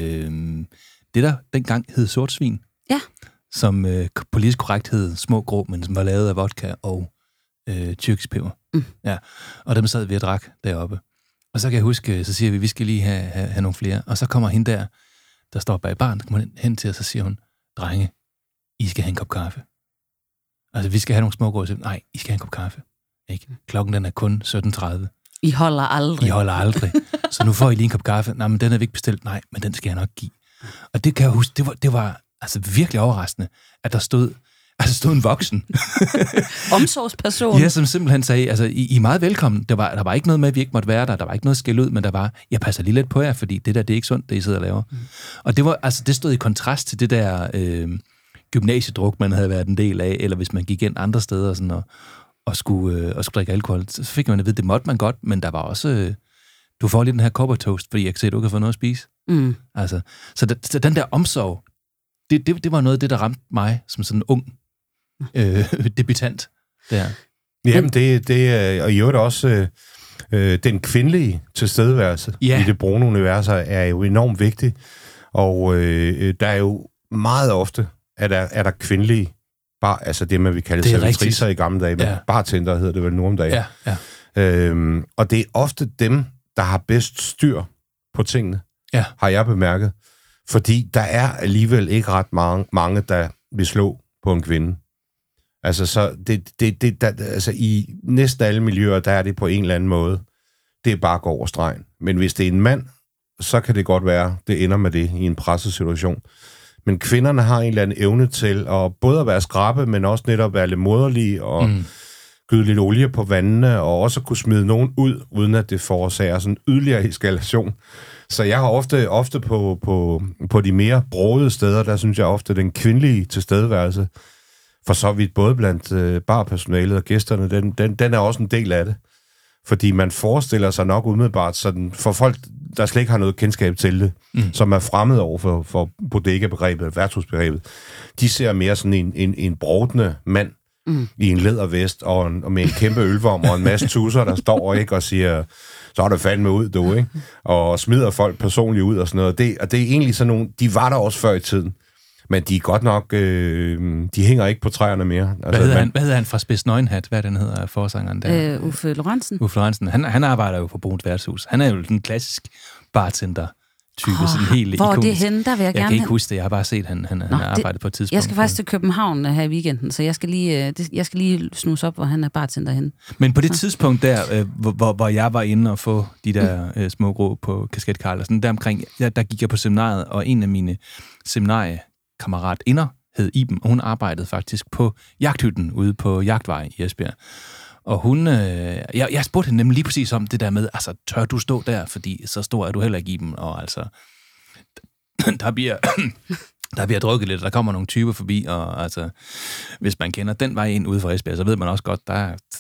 det, der dengang hed sortsvin. Ja. Som politisk korrekt hed små grå, men som var lavet af vodka og tyrkisk peber. Mm. Ja. Og dem sad vi og drak deroppe. Og så kan jeg huske, så siger vi skal lige have nogle flere. Og så kommer hende der står bag baren, der kommer hen til os, og så siger hun, drenge, I skal have en kop kaffe. Altså, vi skal have nogle små grå. Nej, I skal have en kop kaffe. Ikke? Klokken den er kun 17:30. I holder aldrig. Så nu får I lige en kop kaffe. Nej, men den er vi ikke bestilt. Nej, men den skal jeg nok give. Og det kan jeg huske, det var altså virkelig overraskende, at der stod en voksen. Omsorgsperson. Ja, som simpelthen sagde, altså, I er meget velkommen. Der var ikke noget med, at vi ikke måtte være der. Der var ikke noget skæld ud, men der var, jeg passer lige lidt på jer, fordi det der, det er ikke sundt, det I sidder og laver. Mm. Og det var, altså, det stod i kontrast til det der gymnasiedruk, man havde været en del af, eller hvis man gik ind andre steder sådan, og skulle drikke alkohol, så fik man at vide, det måtte man godt, men der var også, du får lige den her kobbertoast, fordi jeg kan se, at du kan få noget at spise. Mm. Altså, så den der omsorg, det var noget af det, der ramte mig som sådan en ung debutant der. Jamen, det er, og i øvrigt også den kvindelige tilstedeværelse i det brune univers er jo enormt vigtig, og der er jo meget ofte, er der kvindelige altså det, man vil kalde servitricer i gamle dage, men bartender hedder det vel nu om dagen. Ja. Og det er ofte dem, der har bedst styr på tingene, har jeg bemærket. Fordi der er alligevel ikke ret mange, der vil slå på en kvinde. Altså, så altså i næsten alle miljøer, der er det på en eller anden måde. Det er bare at gå over stregen. Men hvis det er en mand, så kan det godt være, det ender med det i en pressesituation. Men kvinderne har en eller anden evne til at både at være skrappe, men også netop være lidt moderlige og gyde lidt olie på vandene, og også kunne smide nogen ud, uden at det forårsager sådan yderligere eskalation. Så jeg har ofte på de mere brogede steder, der synes jeg ofte, den kvindelige tilstedeværelse, for så vidt både blandt barpersonalet og gæsterne, den er også en del af det. Fordi man forestiller sig nok umiddelbart, sådan, for folk, der slet ikke har noget kendskab til det, som er fremmede over for bodega-begrebet, værtshusbegrebet, de ser mere sådan en brodende mand i en lædervest og med en kæmpe ølvorm og en masse tusser, der står ikke og siger, så er det fandme ud, du, ikke? Og smider folk personligt ud og sådan noget. Og det er egentlig sådan nogle, de var der også før i tiden, men de er godt nok, de hænger ikke på træerne mere. Altså, hvad hedder han fra Spids Nøgenhat? Hvad den hedder forsangeren der? Uffe Lorentzen. Uffe Lorentzen. Han arbejder jo på Bruns Værtshus. Han er jo en klassisk bartender-type, sådan helt hvor ikonisk. Er det henne? Der vil jeg kan ikke huske det. Jeg har bare set, han har arbejdet på et tidspunkt. Jeg skal faktisk til København her i weekenden, så jeg skal lige snuse op, hvor han er bartender henne. Men på det tidspunkt der, hvor jeg var inde og få de der små grå på Kasket Karl, og sådan deromkring, der gik jeg på seminariet, og en af mine seminariekammerater hed Iben, og hun arbejdede faktisk på jagthytten ude på Jagtvej i Esbjerg. Og hun, jeg spurgte hende nemlig lige præcis om det der med, altså, tør du stå der, fordi så stor er du heller ikke i dem, og altså, der bliver drukket lidt, der kommer nogle typer forbi, og altså, hvis man kender den vej ind ude fra Esbjerg, så ved man også godt,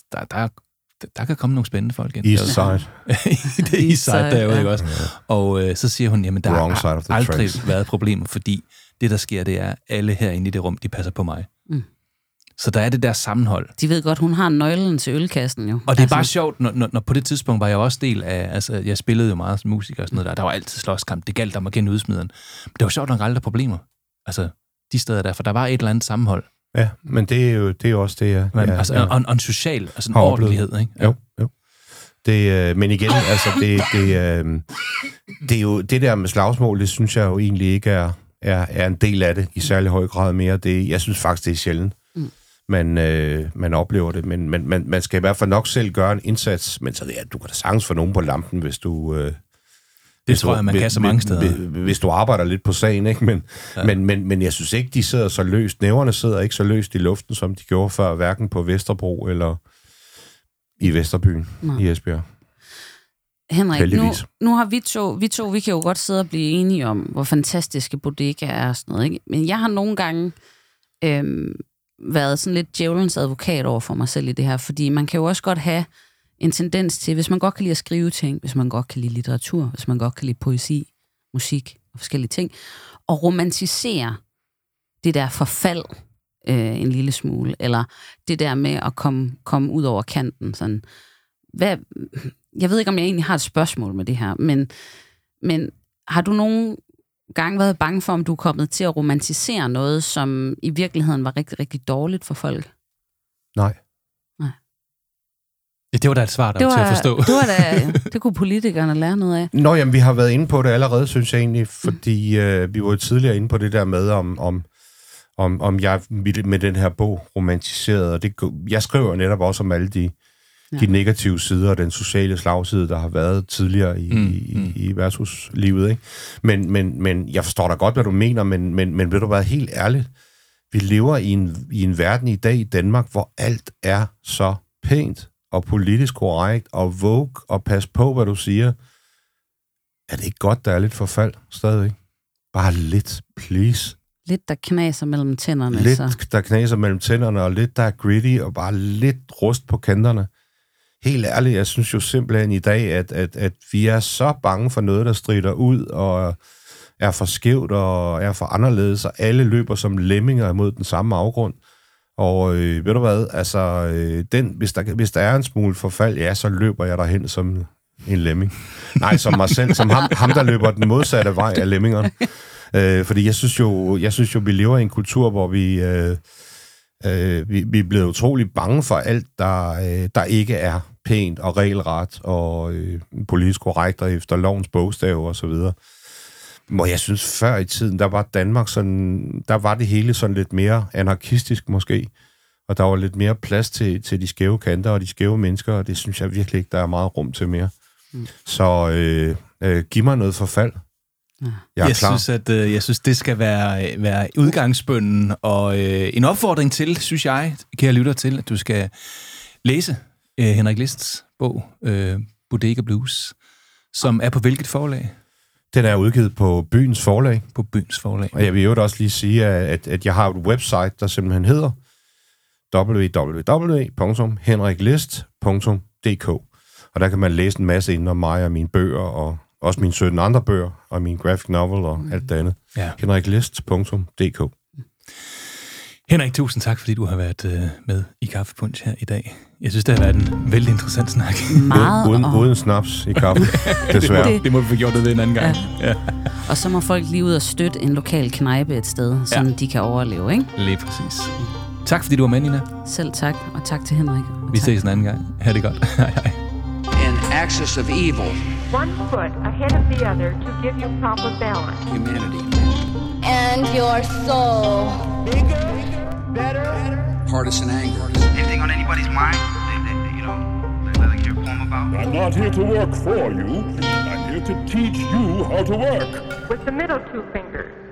der kan komme nogle spændende folk ind. East side. Det er East side derude, ikke også? Og så siger hun, jamen, der har aldrig været problemer, fordi det, der sker, det er, alle herinde i det rum, de passer på mig. Mm. Så der er det der sammenhold. De ved godt, hun har nøglen til ølkassen jo. Og det er bare sjovt, når på det tidspunkt var jeg også del af, altså jeg spillede jo meget som musiker og sådan noget der var altid slåskamp, det galt om at kende udsmideren. Men det var sjovt nok aldrig problemer. Altså de steder der, for der var et eller andet sammenhold. Ja, men det er jo også det, jeg... Og en social, altså en ordentlighed, ikke? Ja. Jo. Men igen, altså, det er jo det der med slagsmål, det synes jeg jo egentlig ikke er en del af det, i særlig høj grad mere. Jeg synes faktisk, det er sjældent, man oplever det. Men man skal i hvert fald nok selv gøre en indsats, men så du kan da sagtens få nogen på lampen, hvis du... Det tror jeg, man kan så mange steder. Hvis du arbejder lidt på sagen, ikke? Men jeg synes ikke, de sidder så løst. Næverne sidder ikke så løst i luften, som de gjorde før, hverken på Vesterbro eller i Vesterbyen i Esbjerg. Henrik, nu har vi kan jo godt sidde og blive enige om, hvor fantastiske bodega er og sådan noget, ikke? Men jeg har nogle gange været sådan lidt djævelens advokat over for mig selv i det her, fordi man kan jo også godt have en tendens til, hvis man godt kan lide at skrive ting, hvis man godt kan lide litteratur, hvis man godt kan lide poesi, musik og forskellige ting, og romantisere det der forfald en lille smule, eller det der med at komme ud over kanten. Sådan. Jeg ved ikke, om jeg egentlig har et spørgsmål med det her, men har du nogle gange været bange for, om du er kommet til at romantisere noget, som i virkeligheden var rigtig, rigtig dårligt for folk? Nej. Ja, det var da et svar, der var til at forstå. Det kunne politikerne lære noget af. Nå, jamen, vi har været inde på det allerede, synes jeg egentlig, fordi vi var jo tidligere inde på det der med, om jeg med den her bog romantiserede, og jeg skriver netop også om alle de negative sider og den sociale slagside, der har været tidligere i værtshuslivet, ikke? Men jeg forstår da godt, hvad du mener, men vil du være helt ærligt, vi lever i en verden i dag i Danmark, hvor alt er så pænt og politisk korrekt, og vogue, og pas på, hvad du siger. Er det ikke godt, der er lidt forfald stadigvæk? Bare lidt, please. Lidt, der knaser mellem tænderne. Lidt, der knaser mellem tænderne, og lidt, der er gritty, og bare lidt rust på kanterne. Helt ærligt, jeg synes jo simpelthen i dag, at vi er så bange for noget, der strider ud, og er for skævt, og er for anderledes, og alle løber som lemminger imod den samme afgrund. Og ved du hvad, altså, hvis der er en smule forfald, ja, så løber jeg derhen som en lemming. Nej, som mig selv, som ham der løber den modsatte vej af lemmingerne. Fordi jeg synes jo, vi lever i en kultur, hvor vi er blevet utrolig bange for alt, der ikke er pænt og regelret og politisk korrekt og efter lovens bogstav og så videre. Hvor jeg synes, før i tiden, der var Danmark sådan, der var det hele sådan lidt mere anarkistisk måske, og der var lidt mere plads til de skæve kanter og de skæve mennesker, og det synes jeg virkelig ikke, der er meget rum til mere. Så giv mig noget forfald. Jeg synes, det skal være udgangsbønnen, og en opfordring til, synes jeg, kære lytter, til, at du skal læse Henrik Lists bog, Bodega Blues, som er på hvilket forlag? Den er udgivet på Byens Forlag. På Byens Forlag. Og jeg vil jo også lige sige, at jeg har et website, der simpelthen hedder www.henriklist.dk. Og der kan man læse en masse inden om mig og mine bøger, og også mine 17 andre bøger, og min graphic novel og alt det andet. Ja. henriklist.dk. Henrik, tusind tak, fordi du har været med i Kaffepunch her i dag. Jeg synes, det har været en vældig interessant snak. Uden snaps i kaffe, desværre. Det må vi få gjort det en anden gang. Ja. Og så må folk lige ud og støtte en lokal knejpe et sted, så de kan overleve, ikke? Lige præcis. Tak, fordi du var med, Nina. Selv tak, og tak til Henrik. Vi ses en anden gang. Ha' det godt. Hej, hej. An axis of evil. One foot ahead of the other to give you proper balance. Humanity. And your soul. Bigger, better. Partisan anger. Anything on anybody's mind? They'd like hear a poem about? I'm not here to work for you. I'm here to teach you how to work. With the middle two fingers.